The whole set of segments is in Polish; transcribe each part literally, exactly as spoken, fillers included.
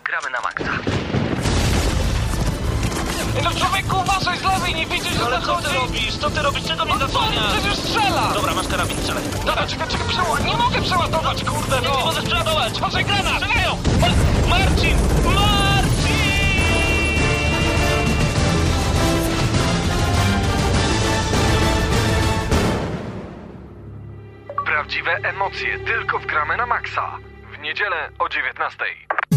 gramy na maksa. No człowieku, uważaj z lewej, nie widzisz, że Ale co zachodzi? ty robisz? Co ty robisz? Czego mnie No co? zasłaniasz? Przecież strzela! Dobra, masz karabin, strzelaj. Dobra, czekaj, czekaj, przeładować. Nie mogę przeładować, kurde, no! Nie możesz przeładować. Uważaj, granat! Strzelają! Ma- Marcin! Marcin! Prawdziwe emocje tylko w Gramy na Maxa. W niedzielę o dziewiętnastej.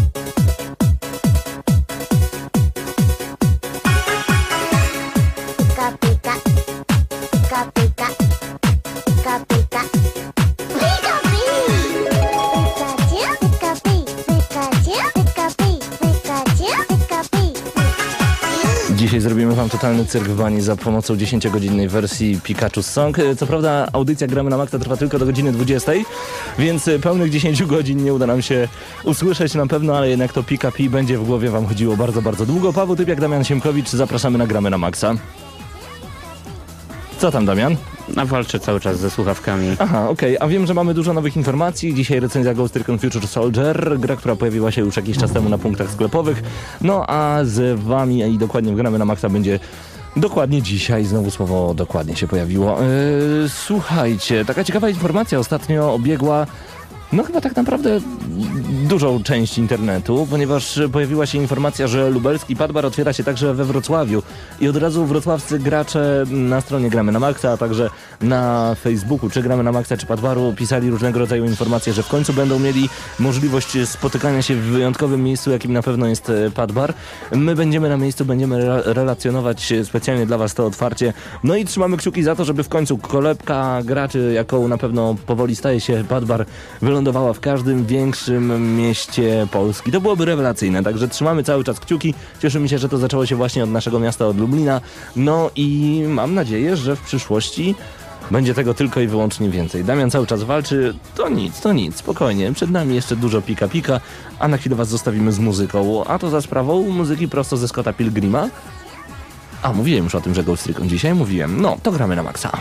Pika, pika, pika, pika, pika, pika. Pika, pika, pika, pika, pika, pika, pika. Dzisiaj zrobimy wam totalny cyrk w bani za pomocą dziesięciogodzinnej wersji Pikachu Song. Co prawda audycja Gramy na Maxa trwa tylko do godziny dwudziestej, więc pełnych dziesięć godzin nie uda nam się usłyszeć na pewno, ale jednak to Pika Pi będzie w głowie wam chodziło bardzo, bardzo długo. Paweł Typiak, Damian Siemkowicz, zapraszamy na Gramy na Maxa. Co tam, Damian? A walczę cały czas ze słuchawkami. Aha, okej, okay. A wiem, że mamy dużo nowych informacji. Dzisiaj recenzja Ghost Recon Future Soldier, gra, która pojawiła się już jakiś czas temu na punktach sklepowych. No a z wami i dokładnie w Gramy na Maxa będzie dokładnie dzisiaj. Znowu słowo dokładnie się pojawiło. Yy, słuchajcie, taka ciekawa informacja ostatnio obiegła no chyba tak naprawdę dużą część internetu, ponieważ pojawiła się informacja, że lubelski Padbar otwiera się także we Wrocławiu i od razu wrocławscy gracze na stronie Gramy na Maxa, a także na Facebooku, czy Gramy na Maxa, czy Padbaru, pisali różnego rodzaju informacje, że w końcu będą mieli możliwość spotykania się w wyjątkowym miejscu, jakim na pewno jest Padbar. My będziemy na miejscu, będziemy re- relacjonować specjalnie dla was to otwarcie. No i trzymamy kciuki za to, żeby w końcu kolebka graczy, jaką na pewno powoli staje się Padbar, wylądowała w każdym większym mieście Polski. To byłoby rewelacyjne, także trzymamy cały czas kciuki. Cieszymy się, że to zaczęło się właśnie od naszego miasta, od Lublina. No i mam nadzieję, że w przyszłości będzie tego tylko i wyłącznie więcej. Damian cały czas walczy, to nic, to nic, spokojnie. Przed nami jeszcze dużo pika pika, a na chwilę was zostawimy z muzyką. A to za sprawą muzyki prosto ze Scotta Pilgrima. A, mówiłem już o tym, że Ghost Recon dzisiaj mówiłem. No, to gramy na maksa.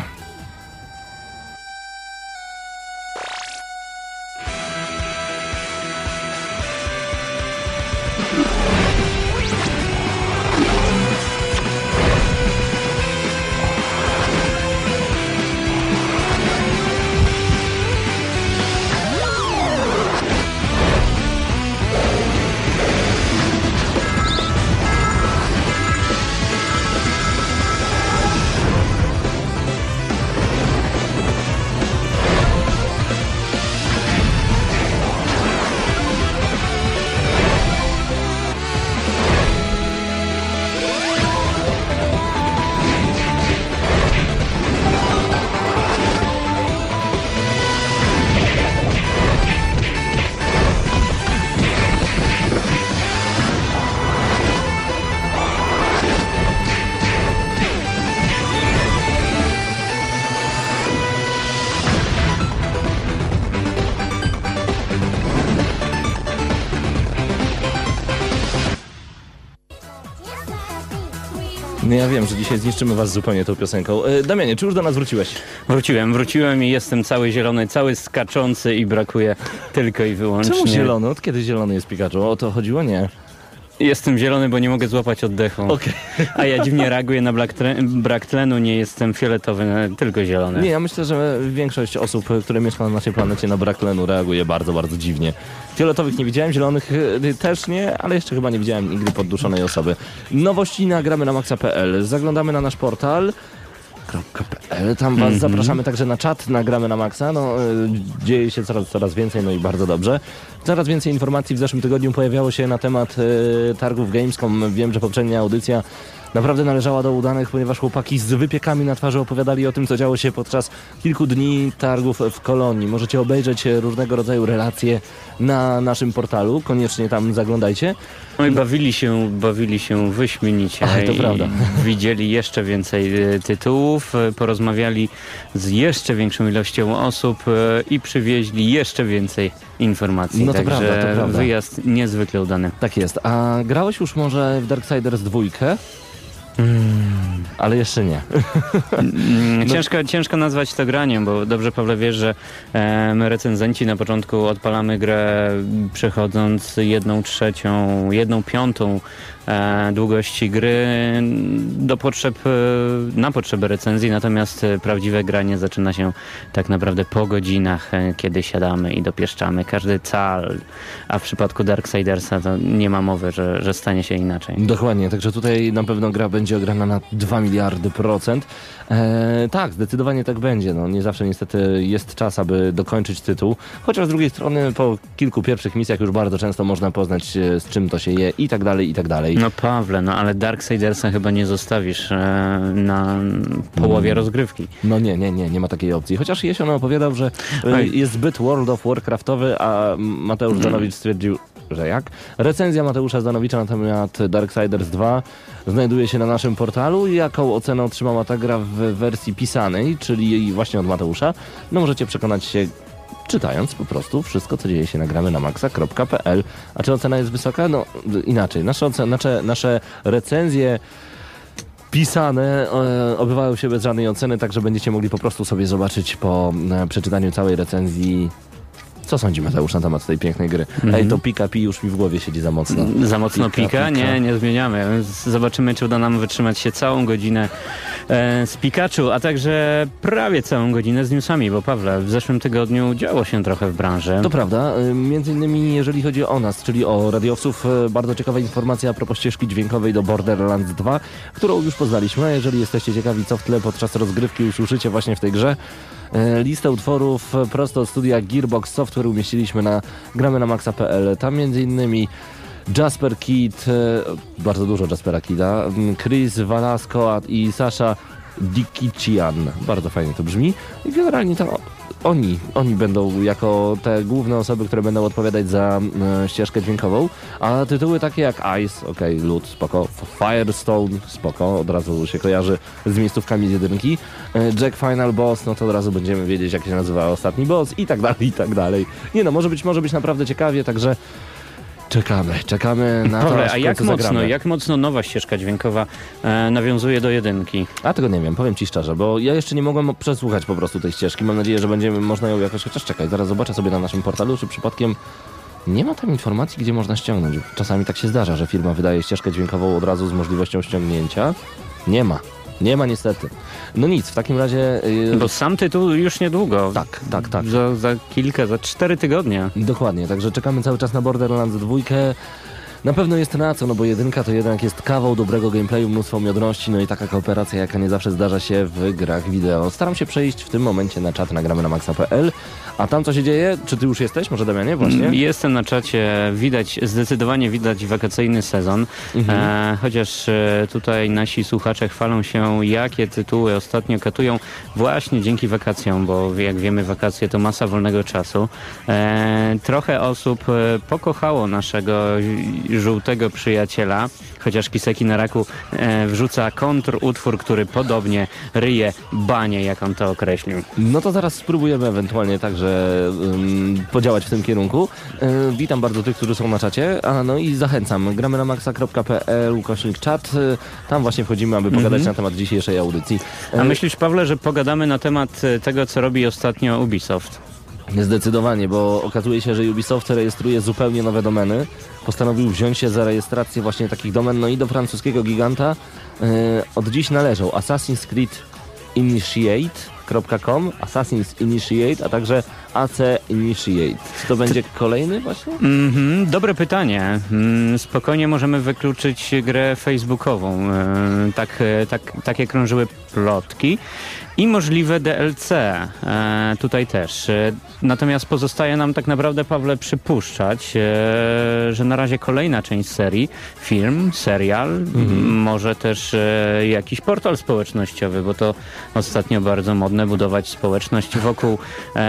No ja wiem, że dzisiaj zniszczymy was zupełnie tą piosenką. E, Damianie, czy już do nas wróciłeś? Wróciłem, wróciłem i jestem cały zielony, cały skaczący i brakuje tylko i wyłącznie... Czemu zielony? Od kiedy zielony jest Pikachu? O to chodziło? Nie. Jestem zielony, bo nie mogę złapać oddechu. Okay. A ja dziwnie reaguję na brak, tre- brak tlenu, nie jestem fioletowy, tylko zielony. Nie, ja myślę, że większość osób, które mieszka na naszej planecie, na brak tlenu reaguje bardzo, bardzo dziwnie. Fioletowych nie widziałem, zielonych też nie, ale jeszcze chyba nie widziałem nigdy podduszonej osoby. Nowości na gramy na maxa kropka p l. Zaglądamy na nasz portal. Tam was mm-hmm. zapraszamy także na czat, nagramy na Maxa. No, y, dzieje się coraz, coraz więcej, no i bardzo dobrze. Coraz więcej informacji w zeszłym tygodniu pojawiało się na temat y, targów Gamescom. Wiem, że poprzednia audycja naprawdę należała do udanych, ponieważ chłopaki z wypiekami na twarzy opowiadali o tym, co działo się podczas kilku dni targów w Kolonii. Możecie obejrzeć różnego rodzaju relacje na naszym portalu. Koniecznie tam zaglądajcie. No i bawili się, bawili się wyśmienicie. Ach, to prawda. Widzieli jeszcze więcej tytułów, porozmawiali z jeszcze większą ilością osób i przywieźli jeszcze więcej informacji. No to Także prawda, to prawda. Wyjazd niezwykle udany. Tak jest. A grałeś już może w Darksiders dwójkę? Hmm. ale jeszcze nie. Mm, ciężko, ciężko nazwać to graniem, bo dobrze, Pawle, wiesz, że e, my recenzenci na początku odpalamy grę przechodząc jedną trzecią, jedną piątą e, długości gry do potrzeb, e, na potrzeby recenzji, natomiast e, prawdziwe granie zaczyna się tak naprawdę po godzinach, e, kiedy siadamy i dopieszczamy każdy cal, a w przypadku Darksidersa to nie ma mowy, że, że stanie się inaczej. Dokładnie, także tutaj na pewno gra będzie ograna na dwa miliardy procent. Eee, tak, zdecydowanie tak będzie. No, nie zawsze niestety jest czas, aby dokończyć tytuł, chociaż z drugiej strony po kilku pierwszych misjach już bardzo często można poznać, e, z czym to się je i tak dalej, i tak dalej. No Pawle, no ale Darksidersa chyba nie zostawisz e, na połowie rozgrywki. No nie, nie, nie, nie ma takiej opcji. Chociaż Jesion opowiadał, że e, Oj. jest zbyt World of Warcraftowy, a Mateusz Zdanowicz stwierdził, że jak? Recenzja Mateusza Zdanowicza na temat Darksiders dwa znajduje się na naszym portalu i jaką ocenę otrzymała ta gra w wersji pisanej, czyli właśnie od Mateusza, no możecie przekonać się czytając po prostu wszystko, co dzieje się na gramy na maxa kropka p l. A czy ocena jest wysoka? No inaczej. Nasze, ocen- nasze, nasze recenzje pisane e, obywają się bez żadnej oceny, także będziecie mogli po prostu sobie zobaczyć po e, przeczytaniu całej recenzji, co sądzi Mateusz na temat tej pięknej gry. Mhm. Ej, to Pika Pi już mi w głowie siedzi za mocno. Za mocno Pika, pika? pika. Nie, nie zmieniamy. Zobaczymy, czy uda nam wytrzymać się całą godzinę e, z Pikachu, a także prawie całą godzinę z newsami, bo Pawle, w zeszłym tygodniu działo się trochę w branży. To prawda, y, między innymi jeżeli chodzi o nas, czyli o radiowców, y, bardzo ciekawa informacja a propos ścieżki dźwiękowej do Borderlands dwa, którą już poznaliśmy, a jeżeli jesteście ciekawi, co w tle podczas rozgrywki usłyszycie właśnie w tej grze, y, listę utworów prosto od studia Gearbox Software umieściliśmy na gramy na maxa kropka p l. Tam między innymi Jasper Kidd, y, bardzo dużo Jaspera Kidda, y, Chris Velasco i Sasha Dikician. Bardzo fajnie to brzmi. I generalnie to oni, oni będą jako te główne osoby, które będą odpowiadać za e, ścieżkę dźwiękową, a tytuły takie jak Ice, okej, okay, Loot, spoko, Firestone, spoko, od razu się kojarzy z miejscówkami z jedynki, e, Jack Final Boss, no to od razu będziemy wiedzieć, jak się nazywa ostatni boss i tak dalej, i tak dalej. Nie no, może być, może być naprawdę ciekawie, także czekamy, czekamy na to, Pawle, aż w a jak końcu mocno, zagramy. jak mocno nowa ścieżka dźwiękowa e, nawiązuje do jedynki? A tego nie wiem, powiem ci szczerze, bo ja jeszcze nie mogłem przesłuchać po prostu tej ścieżki. Mam nadzieję, że będziemy można ją jakoś, chociaż czekaj, zaraz zobaczę sobie na naszym portalu, czy przypadkiem nie ma tam informacji, gdzie można ściągnąć. Czasami tak się zdarza, że firma wydaje ścieżkę dźwiękową od razu z możliwością ściągnięcia. Nie ma. Nie ma niestety. No nic, w takim razie... Yy... Bo sam tytuł już niedługo. Tak, tak, tak. Za, za kilka, za cztery tygodnie. Dokładnie, także czekamy cały czas na Borderlands dwa. Na pewno jest na co, no bo jedynka to jednak jest kawał dobrego gameplayu, mnóstwo umiejętności, no i taka kooperacja, jaka nie zawsze zdarza się w grach wideo. Staram się przejść w tym momencie na czat, nagramy na maxa kropka p l. A tam co się dzieje? Czy ty już jesteś? Może Damianie? Właśnie? Jestem na czacie, widać, zdecydowanie widać wakacyjny sezon, Mhm. e, chociaż e, tutaj nasi słuchacze chwalą się, jakie tytuły ostatnio katują właśnie dzięki wakacjom, bo jak wiemy, wakacje to masa wolnego czasu. E, trochę osób e, pokochało naszego żółtego przyjaciela, chociaż Kiseki na raku e, wrzuca kontrutwór, który podobnie ryje banie, jak on to określił. No to zaraz spróbujemy ewentualnie także um, podziałać w tym kierunku. E, witam bardzo tych, którzy są na czacie, a no i zachęcam. Gramy na maxa kropka p l ukośnik czat. E, tam właśnie wchodzimy, aby pogadać na temat dzisiejszej audycji. E, A myślisz, Pawle, że pogadamy na temat e, tego, co robi ostatnio Ubisoft? Zdecydowanie, bo okazuje się, że Ubisoft rejestruje zupełnie nowe domeny. Postanowił wziąć się za rejestrację właśnie takich domen, no i do francuskiego giganta e, od dziś należą Assassin's Creed Initiate kropka com, Assassin's Initiate, a także A C Initiate. Czy to będzie kolejny właśnie? Mhm, dobre pytanie. Mm, Spokojnie możemy wykluczyć grę facebookową. E, Tak, e, tak, takie krążyły plotki. I możliwe D L C. E, tutaj też. E, natomiast pozostaje nam tak naprawdę, Pawle, przypuszczać, e, że na razie kolejna część serii, film, serial, m, może też e, jakiś portal społecznościowy, bo to ostatnio bardzo modne budować społeczność wokół e, danego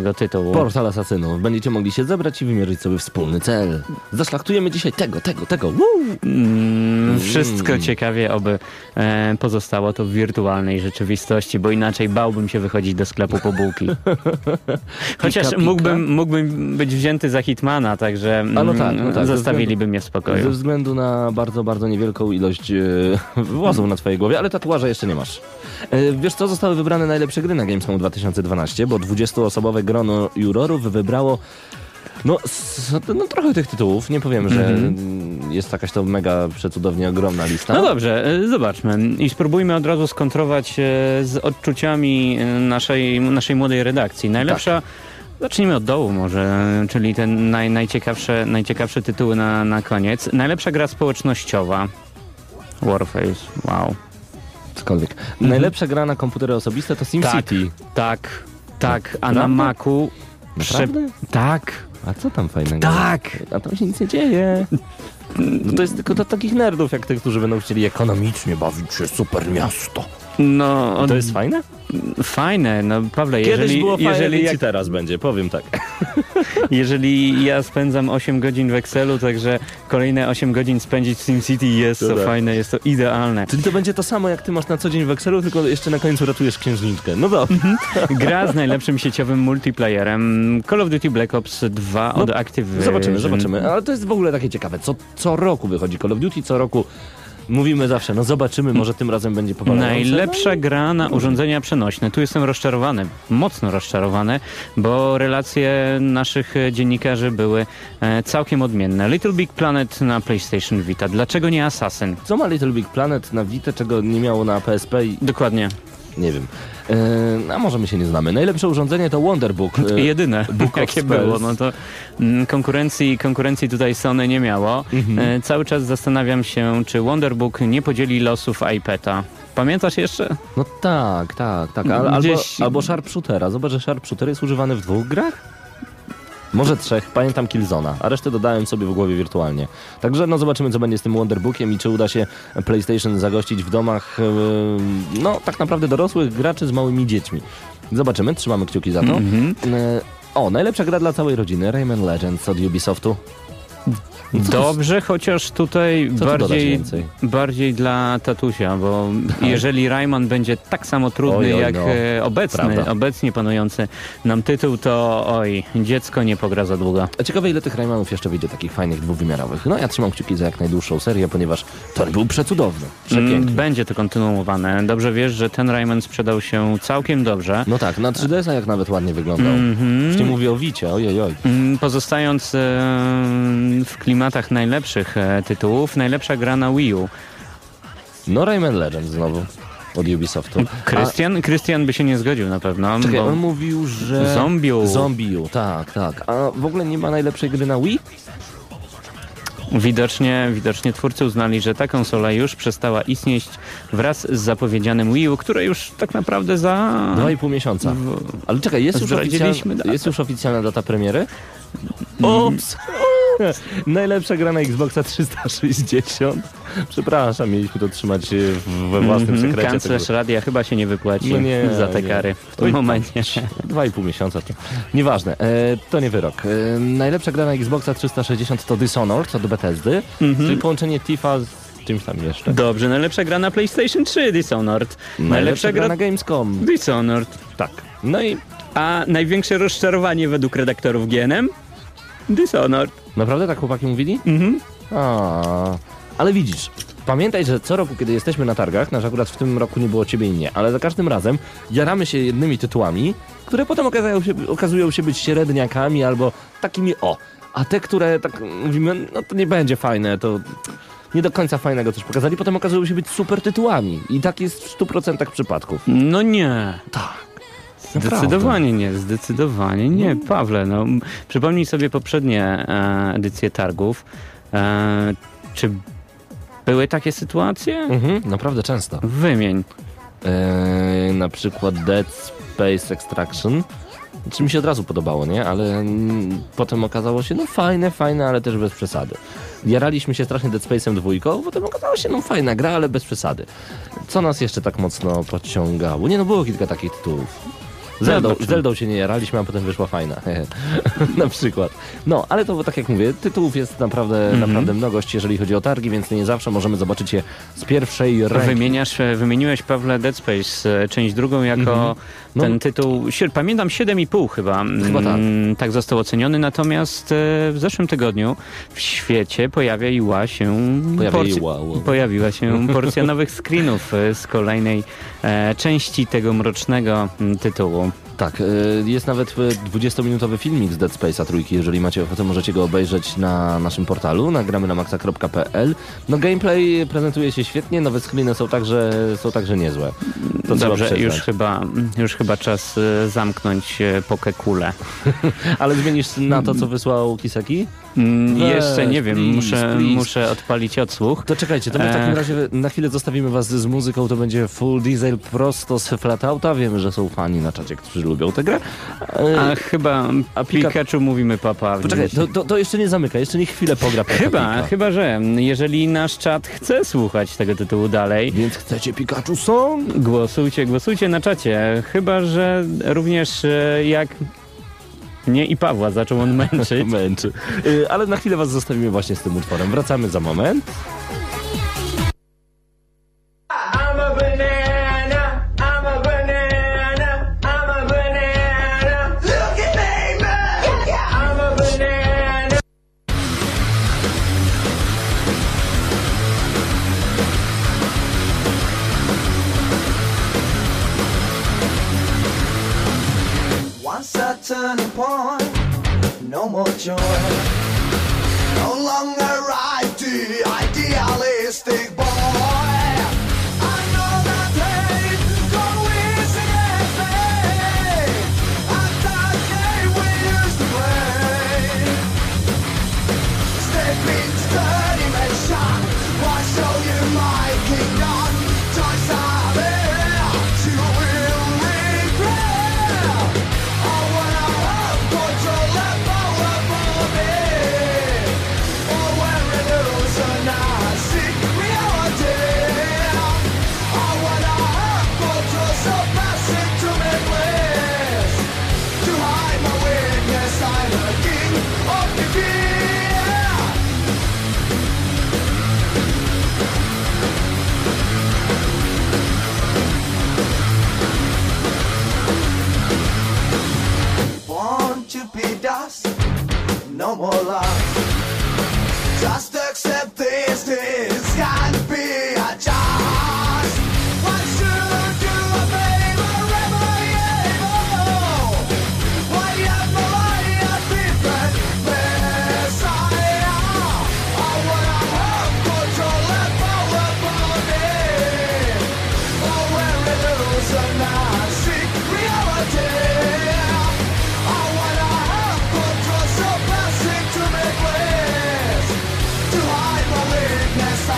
następnego tytułu. Portal Asasynów. Będziecie mogli się zebrać i wymierzyć sobie wspólny cel. Zaszlachtujemy dzisiaj tego, tego, tego. Woo! Mm, wszystko ciekawie, oby e, pozostało to w wirtualnej rzeczywistości, bo inaczej bałbym się wychodzić do sklepu po bułki. Chociaż Pika, pika. Mógłbym, mógłbym być wzięty za Hitmana, także mm, A no tak, no tak, zostawiliby mnie w Ze spokoju. względu na bardzo, bardzo niewielką ilość e, włosów na twojej głowie, ale tatuaża jeszcze nie masz. E, wiesz co, zostały wybrane najlepsze gry na Gamescom dwa tysiące dwanaście, bo dwudziestoosobowe grono jurorów wybrało no, s, no trochę tych tytułów. Nie powiem, że Mhm. jest jakaś to mega przecudownie ogromna lista. No dobrze, e, zobaczmy i spróbujmy od razu skontrować e, z odczuciami e, naszej, naszej młodej redakcji. Najlepsza, zacznijmy od dołu może, czyli te naj, najciekawsze, najciekawsze tytuły na, na koniec. Najlepsza gra społecznościowa. Warface, wow. Cokolwiek. Najlepsza gra na komputery osobiste to SimCity. Tak, tak, a na Naprawdę? Macu... Naprawdę? Tak, A co tam fajnego? tak. A tam się nic nie dzieje. No to jest tylko dla takich nerdów jak tych, którzy będą chcieli ekonomicznie bawić się super miasto. No, To jest fajne? fajne, no Pawle, Kiedyś jeżeli, było fajne, jeżeli, więc jak, i teraz będzie, powiem tak. jeżeli ja spędzam osiem godzin w Excelu, także kolejne osiem godzin spędzić w SimCity jest to Dobra. fajne, jest to idealne. Czyli to będzie to samo jak ty masz na co dzień w Excelu, tylko jeszcze na końcu ratujesz księżniczkę. No dobrze. Gra z najlepszym sieciowym multiplayerem Call of Duty Black Ops dwa No, od Activision. Zobaczymy, zobaczymy. Ale to jest w ogóle takie ciekawe. Co, co roku wychodzi Call of Duty, co roku mówimy zawsze, no zobaczymy, może tym razem będzie powalające. Najlepsza gra na urządzenia przenośne. Tu jestem rozczarowany, mocno rozczarowany, bo relacje naszych dziennikarzy były e, całkiem odmienne. Little Big Planet na PlayStation Vita. Dlaczego nie Assassin? Co ma Little Big Planet na Vita, czego nie miało na P S P i Dokładnie. nie wiem. E, a może my się nie znamy. Najlepsze urządzenie to Wonderbook. E, Jedyne, Book of jakie Spells. było. No to mm, konkurencji, konkurencji tutaj Sony nie miało. Mhm. E, cały czas zastanawiam się, czy Wonderbook nie podzieli losów iPada. Pamiętasz jeszcze? No tak, tak, tak. Al, albo, Gdzieś- albo Sharpshootera. Zobacz, że Sharpshooter jest używany w dwóch grach? Może trzech, pamiętam Killzona, a resztę dodałem sobie w głowie wirtualnie. Także no zobaczymy, co będzie z tym Wonderbookiem i czy uda się PlayStation zagościć w domach, yy, no tak naprawdę dorosłych graczy z małymi dziećmi. Zobaczymy, trzymamy kciuki za to. Mhm. Yy, o, najlepsza gra dla całej rodziny, Rayman Legends od Ubisoftu. No co tu- Dobrze, chociaż tutaj Co tu dodać bardziej, więcej? bardziej dla tatusia, bo jeżeli Rayman będzie tak samo trudny Oj, oj, jak no. e, obecny, Prawda. obecnie panujący nam tytuł, to oj, dziecko nie pogra za długo. A ciekawe, ile tych Raymanów jeszcze wyjdzie, takich fajnych, dwuwymiarowych. No ja trzymam kciuki za jak najdłuższą serię, ponieważ ten był przecudowny, Mm, przepiękny. Będzie to kontynuowane. Dobrze wiesz, że ten Rayman sprzedał się całkiem dobrze. No tak, na trzy D S a jak nawet ładnie wyglądał. Mhm. Już nie mówię o Wicie, ojej, oj. Mm, Pozostając e, w klimatach najlepszych e, tytułów, najlepsza gra na Wii U. No Rayman Legends znowu od Ubisoftu. Krystian, Krystian by się nie zgodził na pewno. A, czekaj, bo on mówił, że... Zombiu. Zombiu, tak, tak. A w ogóle nie ma najlepszej gry na Wii? Widocznie, widocznie twórcy uznali, że ta konsola już przestała istnieć wraz z zapowiedzianym Wii U, które już tak naprawdę za... Dwa i pół miesiąca. Ale czekaj, jest już, Zdradziliśmy oficjalna, datę. jest już oficjalna data premiery? Ups! Najlepsza gra na Xboxa trzysta sześćdziesiąt. Przepraszam, mieliśmy to trzymać e, w- we własnym Mhm, sekrecie. Kanclerz radia chyba się nie wypłaci No nie, za te nie. kary w tym Oj, momencie. Dwa i pół miesiąca to. Nieważne, e, to nie wyrok. E, najlepsza gra na Xboxa trzysta sześćdziesiąt to Dishonored od Bethesdy, Mhm. czyli połączenie Tifa z czymś tam jeszcze. Dobrze, najlepsza gra na PlayStation trzy, Dishonored. Najlepsza gra na Gamescom. Dishonored. Tak. No i A największe rozczarowanie według redaktorów G N M? Dishonored. naprawdę tak chłopaki mówili? Mhm. A, ale widzisz, pamiętaj, że co roku, kiedy jesteśmy na targach, nasz akurat w tym roku nie było ciebie i mnie, ale za każdym razem jaramy się jednymi tytułami, które potem okazują się, okazują się być średniakami albo takimi o. A te, które tak mówimy, no to nie będzie fajne, to nie do końca fajnego coś pokazali, potem okazują się być super tytułami. I tak jest w stu procentach przypadków. No nie. Tak. Zdecydowanie nie, zdecydowanie nie. Pawle, no m- przypomnij sobie poprzednie e, edycje targów. E, czy były takie sytuacje? Mhm, naprawdę często. Wymień. Eee, na przykład Dead Space Extraction. Czy mi się od razu podobało, nie? Ale mm, potem okazało się, no fajne, fajne, ale też bez przesady. Jaraliśmy się strasznie Dead Space'em dwójką, potem okazało się, no fajna gra, ale bez przesady. Co nas jeszcze tak mocno pociągało? Nie, no było kilka takich tytułów. Zeldą, Zobaczymy. Zeldą się nie jaraliśmy, a potem wyszła fajna. Na przykład. No, ale to tak jak mówię, tytułów jest naprawdę, Mhm. naprawdę mnogość, jeżeli chodzi o targi, więc nie zawsze możemy zobaczyć je z pierwszej ręki. Wymieniasz, e, wymieniłeś, Pawle, Dead Space, e, część drugą jako No. ten tytuł, si- pamiętam siedem i pół chyba, Chyba tak. mm, tak został oceniony, natomiast e, w zeszłym tygodniu w świecie pojawiła się Pojawiła, wow. pojawiła się porcja nowych screenów e, z kolejnej e, części tego mrocznego mm, tytułu. Tak, y, jest nawet y, dwudziestominutowy filmik z Dead Space'a trójki, jeżeli macie ochotę, możecie go obejrzeć na naszym portalu, na gramy na maxa kropka p l. No gameplay prezentuje się świetnie, nowe screeny są także, są także niezłe. To trzeba Dobrze, przyznać. już chyba, już chyba czas e, zamknąć e, Pokekulę. Ale zmienisz na to, co wysłał Kiseki? Mm, Weź, Jeszcze nie wiem, please, muszę, please. muszę odpalić odsłuch. To czekajcie, to my w takim Ech. razie na chwilę zostawimy was z muzyką, to będzie Full Diesel prosto z Flatouta. Wiemy, że są fani na czacie, którzy lubią tę grę. E, A chyba a Pikachu, Pika- mówimy papa. w Poczekaj, dzisiaj. to, to, to jeszcze nie zamyka, jeszcze niech chwilę pogra Peppa Chyba, Pika. chyba, że jeżeli nasz czat chce słuchać tego tytułu dalej, Więc chcecie Pikachu Song? głosujcie, głosujcie na czacie. Chyba, że również e, jak mnie i Pawła zaczął on męczyć. Męczy. Y, Ale na chwilę was zostawimy właśnie z tym utworem. Wracamy za moment. I'm a banana, I'm a banana, I'm a banana. Look at me, man! I'm a banana. Once a turning point, no more joy. No longer ride the idealistic boy. I know that pain go easy and pain. I thought game we used to play. Step into the dimension. Why show you my kingdom? Choice of it, you will regret. Oh, when I have control and power for me. Oh, when we lose and I seek reality. Oh, when I have control, so passing to me, please. To hide my weakness, I'm the king of the fear. Born to be dust, no more love. Just accept this, this can't be a choice. Why should you favor ever able? Why am I a different messiah? I wanna have control and power for me. Oh, when we lose and I seek reality. I wanna have control, so passing to me, please. To hide my weakness,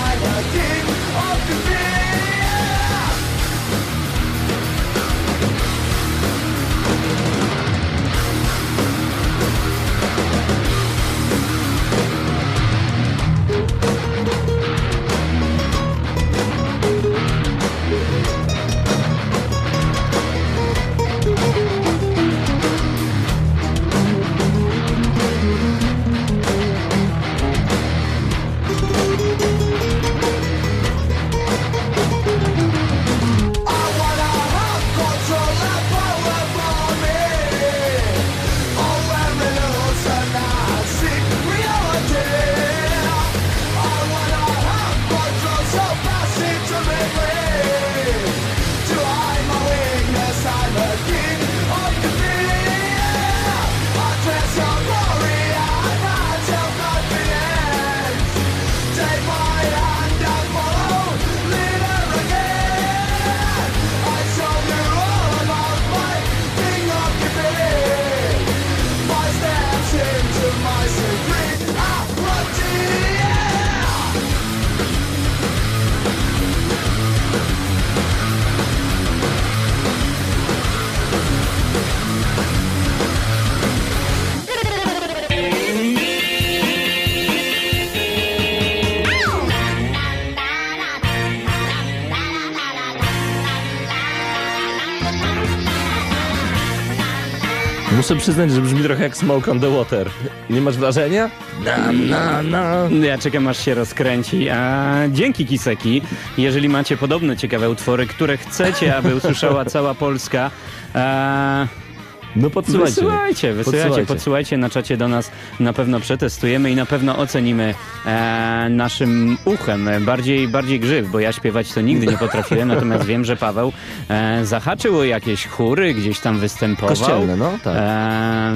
Muszę przyznać, że brzmi trochę jak Smoke on the Water. Nie masz wrażenia? Na, na, na. Ja czekam, aż się rozkręci. A dzięki, Kiseki. Jeżeli macie podobne ciekawe utwory, które chcecie, aby usłyszała cała Polska, a... No podsyłajcie. Wysyłajcie, wysyłajcie, Podsyłajcie. podsyłajcie na czacie do nas. Na pewno przetestujemy i na pewno ocenimy e, naszym uchem. Bardziej, bardziej grzyw, bo ja śpiewać to nigdy nie potrafiłem, natomiast wiem, że Paweł e, zahaczył o jakieś chóry, gdzieś tam występował. Kościelne, no tak. E,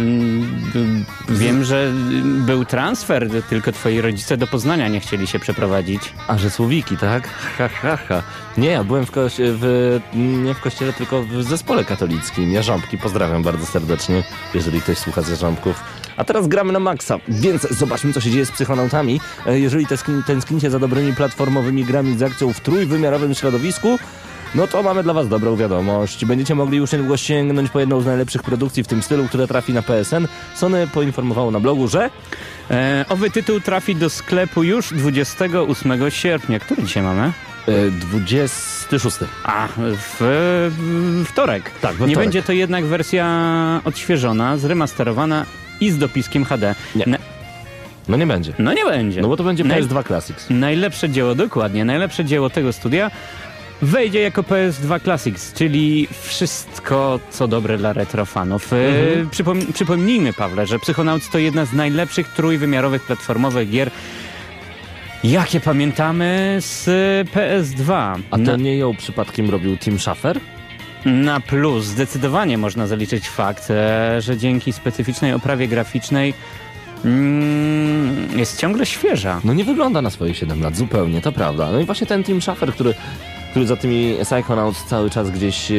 wiem, że był transfer, tylko twoi rodzice do Poznania nie chcieli się przeprowadzić. A, że słowiki, tak? Ha, ha, ha. Nie, ja byłem w, kości- w nie w kościele, tylko w zespole katolickim. Jarząbki, pozdrawiam bardzo serdecznie, jeżeli ktoś słucha z Jarząbków. A teraz gramy na maksa, więc zobaczmy, co się dzieje z psychonautami. E, Jeżeli tęskni- tęsknicie za dobrymi platformowymi grami z akcją w trójwymiarowym środowisku, no to mamy dla was dobrą wiadomość. Będziecie mogli już niedługo sięgnąć po jedną z najlepszych produkcji w tym stylu, która trafi na P S N. Sony poinformowało na blogu, że... E, owy tytuł trafi do sklepu już dwudziestego ósmego sierpnia. Który dzisiaj mamy? E, dwudziesty szósty. A, w, w wtorek. Tak, we Nie wtorek. będzie to jednak wersja odświeżona, zremasterowana i z dopiskiem H D. Nie. Na, No nie będzie. no nie będzie. No bo to będzie Naj- P S dwa Classics. Najlepsze dzieło, dokładnie, najlepsze dzieło tego studia wejdzie jako P S dwa Classics, czyli wszystko, co dobre dla retrofanów. Mhm. E, przypom- przypomnijmy, Pawle, że Psychonauts to jedna z najlepszych trójwymiarowych platformowych gier, jakie pamiętamy z P S dwa. A to Na- nie ją przypadkiem robił Tim Schafer? Na plus zdecydowanie można zaliczyć fakt, e, że dzięki specyficznej oprawie graficznej mm, jest ciągle świeża. No nie wygląda na swoje siedem lat, zupełnie, to prawda. No i właśnie ten Tim Schafer, który, który za tymi Psychonauts cały czas gdzieś, e,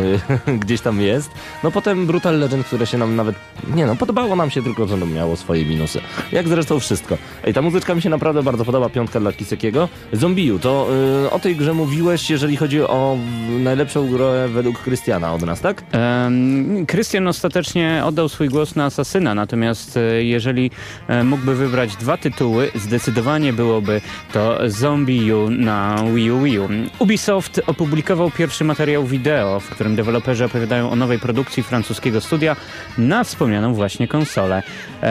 gdzieś tam jest. No potem Brutal Legend, które się nam nawet, nie no, podobało nam się, tylko że no miało swoje minusy. Jak zresztą wszystko. Ej, ta muzyczka mi się naprawdę bardzo podoba, piątka dla Kisekiego. Zombiu, to e, o tej grze mówiłeś, jeżeli chodzi o najlepszą grę według Krystiana od nas, tak? Em, Krystian ostatecznie oddał swój głos na Asasyna, natomiast e, jeżeli e, mógłby wybrać dwa tytuły, zdecydowanie byłoby to Zombie U na Wii U. Wii U. Ubisoft opublikował pierwszy materiał wideo, w którym deweloperzy opowiadają o nowej produkcji francuskiego studia na wspomnianą właśnie konsolę.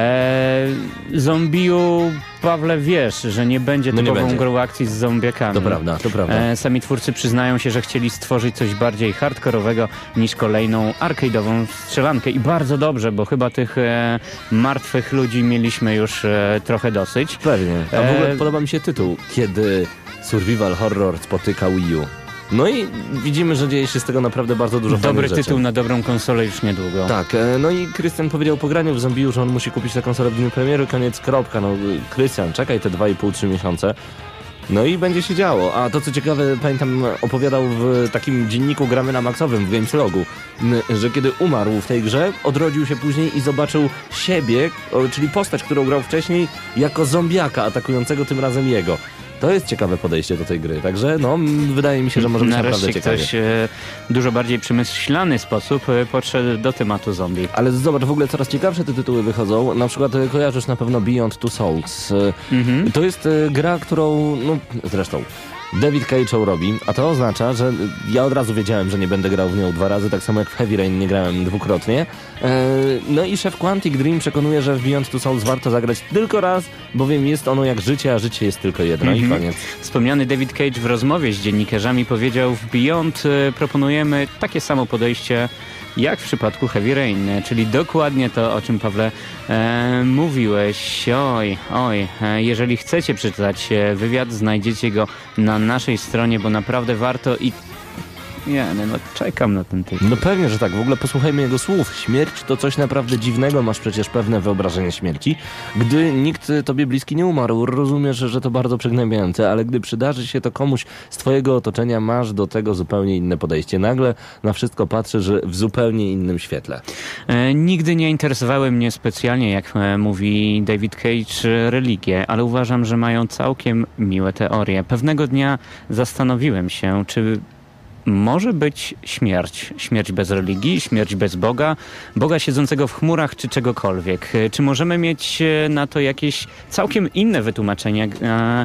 Eee, Zombie U, Pawle, wiesz, że nie będzie No nie typową będzie. grą akcji z zombiakami. To prawda, to prawda. E, sami twórcy przyznają się, że chcieli stworzyć coś bardziej hardkorowego niż kolejną arcade'ową strzelankę. I bardzo dobrze, bo chyba tych e, martwych ludzi mieliśmy już e, trochę dosyć. Pewnie. A w ogóle E, podoba mi się tytuł, kiedy survival horror spotyka Wii U. No i widzimy, że dzieje się z tego naprawdę bardzo dużo Dobry fajnych rzeczy. tytuł na dobrą konsolę już niedługo. Tak, e, no i Krystian powiedział po graniu w Zombiu, że on musi kupić tę konsolę w dniu premiery, koniec, kropka. No Krystian, czekaj te dwa i pół trzy miesiące. No i będzie się działo. A to co ciekawe, pamiętam, opowiadał w takim dzienniku Gramy na Maxowym, w Games Logu, n- że kiedy umarł w tej grze, odrodził się później i zobaczył siebie, o, czyli postać, którą grał wcześniej, jako zombiaka atakującego tym razem jego. To jest ciekawe podejście do tej gry, także no, m, wydaje mi się, że może być naprawdę Nareszcie ciekawie. ktoś e, dużo bardziej przemyślany sposób e, podszedł do tematu zombie. Ale zobacz, w ogóle coraz ciekawsze te tytuły wychodzą. Na przykład e, kojarzysz na pewno Beyond Two Souls. E, Mhm. To jest e, gra, którą, no zresztą, David Cage ją robi, a to oznacza, że ja od razu wiedziałem, że nie będę grał w nią dwa razy, tak samo jak w Heavy Rain nie grałem dwukrotnie. E, no i szef Quantic Dream przekonuje, że w Beyond Two Souls warto zagrać tylko raz, bowiem jest ono jak życie, a życie jest tylko jedno i Mhm. koniec. Wspomniany David Cage w rozmowie z dziennikarzami powiedział: w Beyond e, proponujemy takie samo podejście jak w przypadku Heavy Rain, e, czyli dokładnie to, o czym, Pawle, e, mówiłeś. Oj, oj, e, jeżeli chcecie przeczytać e, wywiad, znajdziecie go na naszej stronie, bo naprawdę warto i nie, no, no czekam na ten tytuł. No pewnie, że tak. W ogóle posłuchajmy jego słów. Śmierć to coś naprawdę dziwnego. Masz przecież pewne wyobrażenie śmierci. Gdy nikt tobie bliski nie umarł, rozumiesz, że to bardzo przygnębiające, ale gdy przydarzy się to komuś z twojego otoczenia, masz do tego zupełnie inne podejście. Nagle na wszystko patrzysz w zupełnie innym świetle. E, nigdy nie interesowały mnie specjalnie, jak e, mówi David Cage, e, religie, ale uważam, że mają całkiem miłe teorie. Pewnego dnia zastanowiłem się, czy może być śmierć. Śmierć bez religii, śmierć bez Boga, Boga siedzącego w chmurach czy czegokolwiek. E, Czy możemy mieć e, na to jakieś całkiem inne wytłumaczenia e,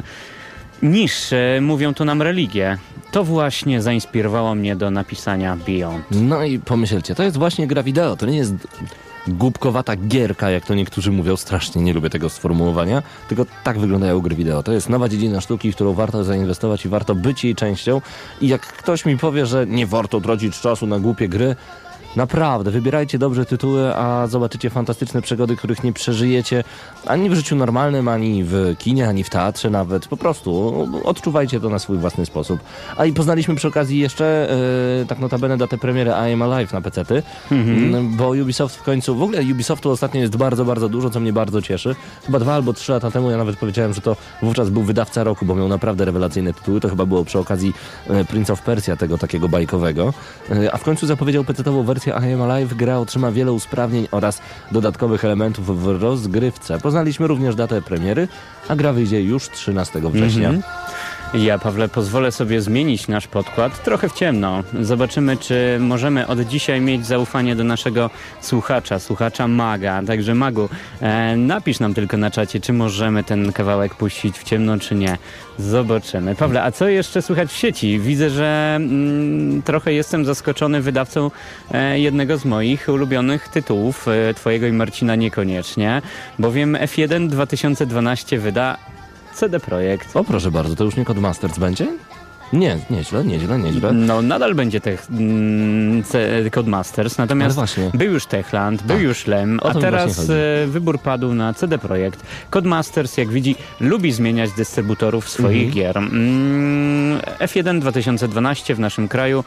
niż e, mówią to nam religie? To właśnie zainspirowało mnie do napisania Beyond. No i pomyślcie, to jest właśnie gra wideo. To nie jest głupkowata gierka, jak to niektórzy mówią, strasznie nie lubię tego sformułowania, tylko tak wyglądają gry wideo. To jest nowa dziedzina sztuki, w którą warto zainwestować i warto być jej częścią. I jak ktoś mi powie, że nie warto tracić czasu na głupie gry, naprawdę, wybierajcie dobrze tytuły, a zobaczycie fantastyczne przygody, których nie przeżyjecie ani w życiu normalnym, ani w kinie, ani w teatrze nawet. Po prostu odczuwajcie to na swój własny sposób. A i poznaliśmy przy okazji jeszcze, yy, tak notabene, datę premiery I Am Alive na pecety, mm-hmm. bo Ubisoft w końcu, w ogóle Ubisoftu ostatnio jest bardzo, bardzo dużo, co mnie bardzo cieszy. Chyba dwa albo trzy lata temu ja nawet powiedziałem, że to wówczas był wydawca roku, bo miał naprawdę rewelacyjne tytuły. To chyba było przy okazji yy, Prince of Persia, tego takiego bajkowego. Yy, a w końcu zapowiedział pecetową wersję I Am Alive. Gra otrzyma wiele usprawnień oraz dodatkowych elementów w rozgrywce. Poznaliśmy również datę premiery, a gra wyjdzie już trzynastego września. Mhm. Ja, Pawle, pozwolę sobie zmienić nasz podkład trochę w ciemno. Zobaczymy, czy możemy od dzisiaj mieć zaufanie do naszego słuchacza, słuchacza Maga. Także Magu, e, napisz nam tylko na czacie, czy możemy ten kawałek puścić w ciemno, czy nie. Zobaczymy. Pawle, a co jeszcze słychać w sieci? Widzę, że mm, trochę jestem zaskoczony wydawcą e, jednego z moich ulubionych tytułów, e, twojego i Marcina niekoniecznie, bowiem F jeden dwa tysiące dwanaście wyda C D Projekt. O, proszę bardzo, to już nie Codemasters będzie? Nie, nieźle, nieźle, nieźle. No, nadal będzie tech, mm, C- Codemasters, natomiast właśnie. był już Techland, był Tak. już Lem, O a to mi teraz właśnie chodzi. e, wybór padł na C D Projekt. Codemasters, jak widzi, lubi zmieniać dystrybutorów swoich Mhm. gier. Mm, F jeden dwa tysiące dwanaście w naszym kraju,